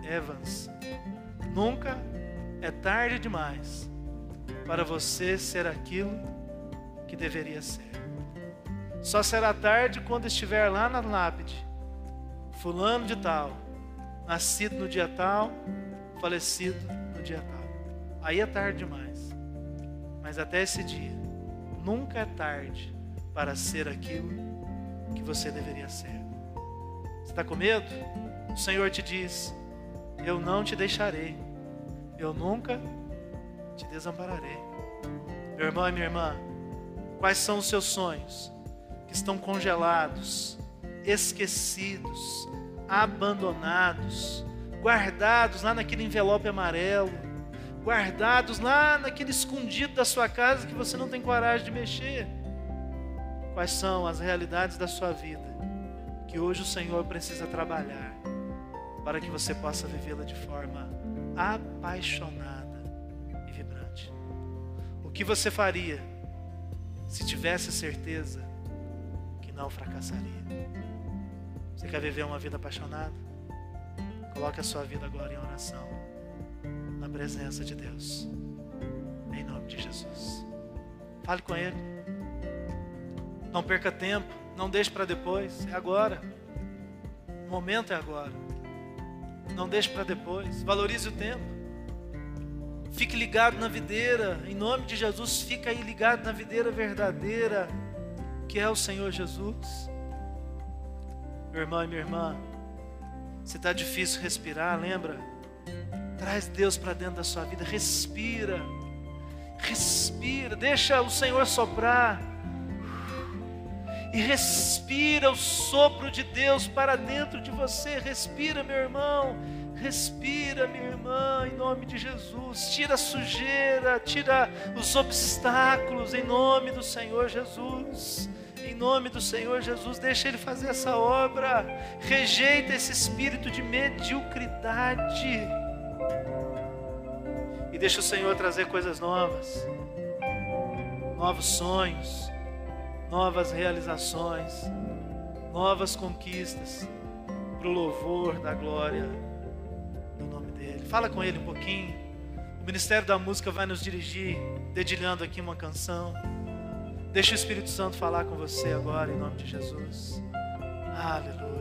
Evans, nunca é tarde demais para você ser aquilo que deveria ser. Só será tarde quando estiver lá na lápide, fulano de tal, nascido no dia tal, falecido no dia tal. Aí é tarde demais. Mas até esse dia, nunca é tarde para ser aquilo que você deveria ser. Você está com medo? O Senhor te diz: eu não te deixarei, eu nunca te desampararei. Meu irmão e minha irmã, quais são os seus sonhos que estão congelados, esquecidos, abandonados, guardados lá naquele envelope amarelo, guardados lá naquele escondido da sua casa que você não tem coragem de mexer? Quais são as realidades da sua vida que hoje o Senhor precisa trabalhar para que você possa vivê-la de forma apaixonada e vibrante? O que você faria se tivesse certeza que não fracassaria? Você quer viver uma vida apaixonada? Coloque a sua vida agora em oração, na presença de Deus, em nome de Jesus. Fale com Ele. Não perca tempo, não deixe para depois, é agora. O momento é agora. Não deixe para depois, valorize o tempo. Fique ligado na videira, em nome de Jesus. Fica aí ligado na videira verdadeira, que é o Senhor Jesus. Meu irmão e minha irmã, se está difícil respirar, lembra? Traz Deus para dentro da sua vida. Respira, respira, deixa o Senhor soprar. E respira o sopro de Deus para dentro de você. Respira, meu irmão, respira, minha irmã, em nome de Jesus. Tira a sujeira, tira os obstáculos, em nome do Senhor Jesus. Em nome do Senhor Jesus, deixa Ele fazer essa obra. Rejeita esse espírito de mediocridade e deixa o Senhor trazer coisas novas, novos sonhos, novas realizações, novas conquistas, para o louvor da glória do nome dEle. Fala com Ele um pouquinho. O Ministério da Música vai nos dirigir, dedilhando aqui uma canção. Deixa o Espírito Santo falar com você agora, em nome de Jesus. Aleluia.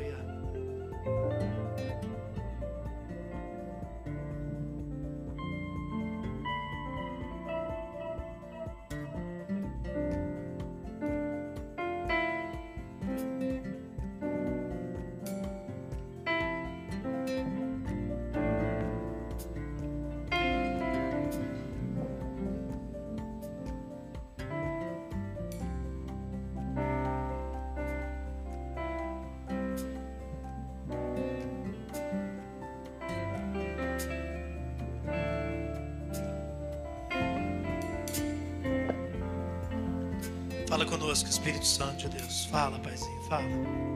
Fala conosco, Espírito Santo de Deus. Fala, Paizinho, fala.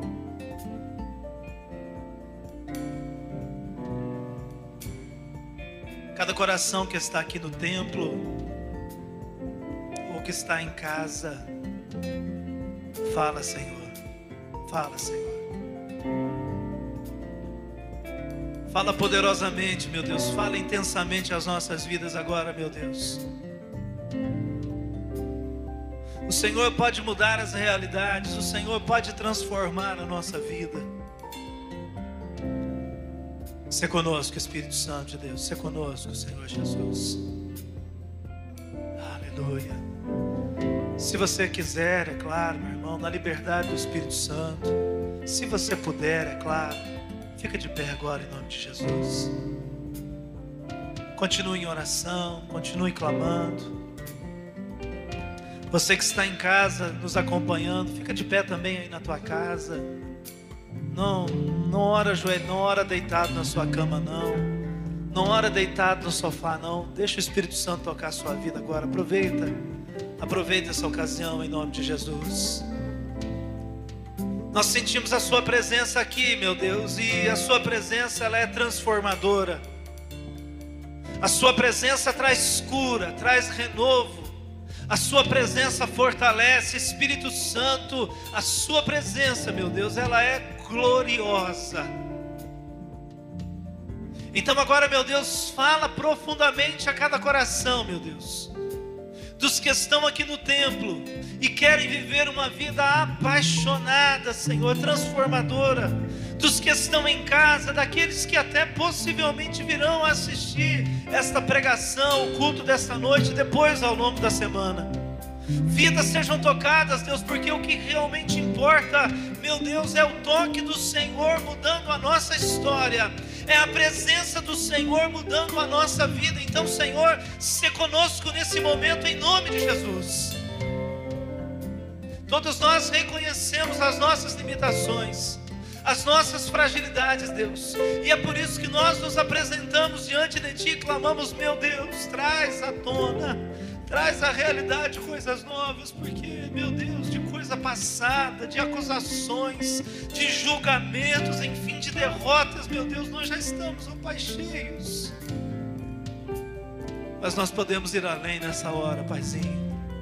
Cada coração que está aqui no templo ou que está em casa, fala, Senhor. Fala, Senhor. Fala poderosamente, meu Deus. Fala intensamente as nossas vidas agora, meu Deus. O Senhor pode mudar as realidades, o Senhor pode transformar a nossa vida. Se conosco, Espírito Santo de Deus, se conosco, Senhor Jesus. Aleluia. Se você quiser, é claro, meu irmão, na liberdade do Espírito Santo, se você puder, é claro, fica de pé agora em nome de Jesus. Continue em oração, continue clamando. Você que está em casa nos acompanhando, fica de pé também aí na tua casa. Não ora joelho, não ora deitado na sua cama, não. Não ora deitado no sofá, não. Deixa o Espírito Santo tocar a sua vida agora. Aproveita essa ocasião em nome de Jesus. Nós sentimos a sua presença aqui, meu Deus, e a sua presença, ela é transformadora. A sua presença traz cura, traz renovo. A sua presença fortalece, Espírito Santo, a sua presença, meu Deus, ela é gloriosa. Então agora, meu Deus, fala profundamente a cada coração, meu Deus, dos que estão aqui no templo e querem viver uma vida apaixonada, Senhor, transformadora, dos que estão em casa, daqueles que até possivelmente virão assistir esta pregação, o culto desta noite, depois ao longo da semana. Vidas sejam tocadas, Deus, porque o que realmente importa, meu Deus, é o toque do Senhor mudando a nossa história, é a presença do Senhor mudando a nossa vida. Então, Senhor, se conosco nesse momento, em nome de Jesus. Todos nós reconhecemos as nossas limitações, as nossas fragilidades, Deus, e é por isso que nós nos apresentamos diante de Ti e clamamos: meu Deus, traz à tona, traz à realidade coisas novas, porque, meu Deus, de coisa passada, de acusações, de julgamentos, enfim, de derrotas, meu Deus, nós já estamos, ó Pai, cheios. Mas nós podemos ir além nessa hora, Paizinho.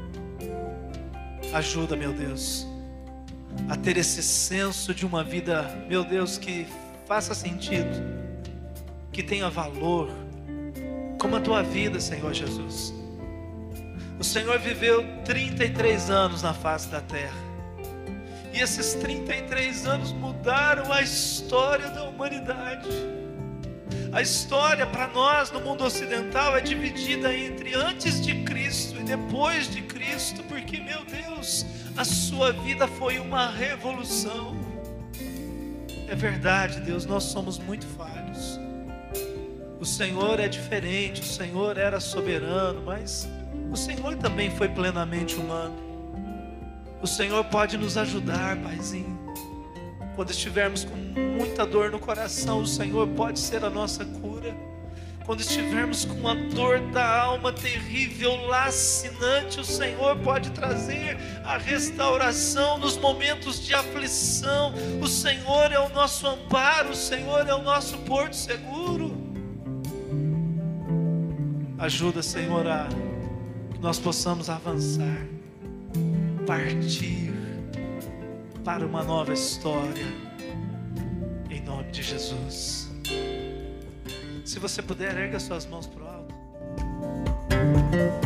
Ajuda, meu Deus, a ter esse senso de uma vida, meu Deus, que faça sentido, que tenha valor, como a Tua vida, Senhor Jesus. O Senhor viveu 33 anos na face da terra, e esses 33 anos mudaram a história da humanidade. A história para nós no mundo ocidental é dividida entre antes de Cristo e depois de Cristo, porque, meu Deus, a sua vida foi uma revolução. É verdade, Deus, nós somos muito falhos. O Senhor é diferente, o Senhor era soberano, mas o Senhor também foi plenamente humano. O Senhor pode nos ajudar, Paizinho. Quando estivermos com muita dor no coração, o Senhor pode ser a nossa cura. Quando estivermos com uma dor da alma terrível, lacinante, o Senhor pode trazer a restauração nos momentos de aflição. O Senhor é o nosso amparo, o Senhor é o nosso porto seguro. Ajuda, Senhor, a que nós possamos avançar, partir para uma nova história, em nome de Jesus. Se você puder, erga suas mãos para o alto.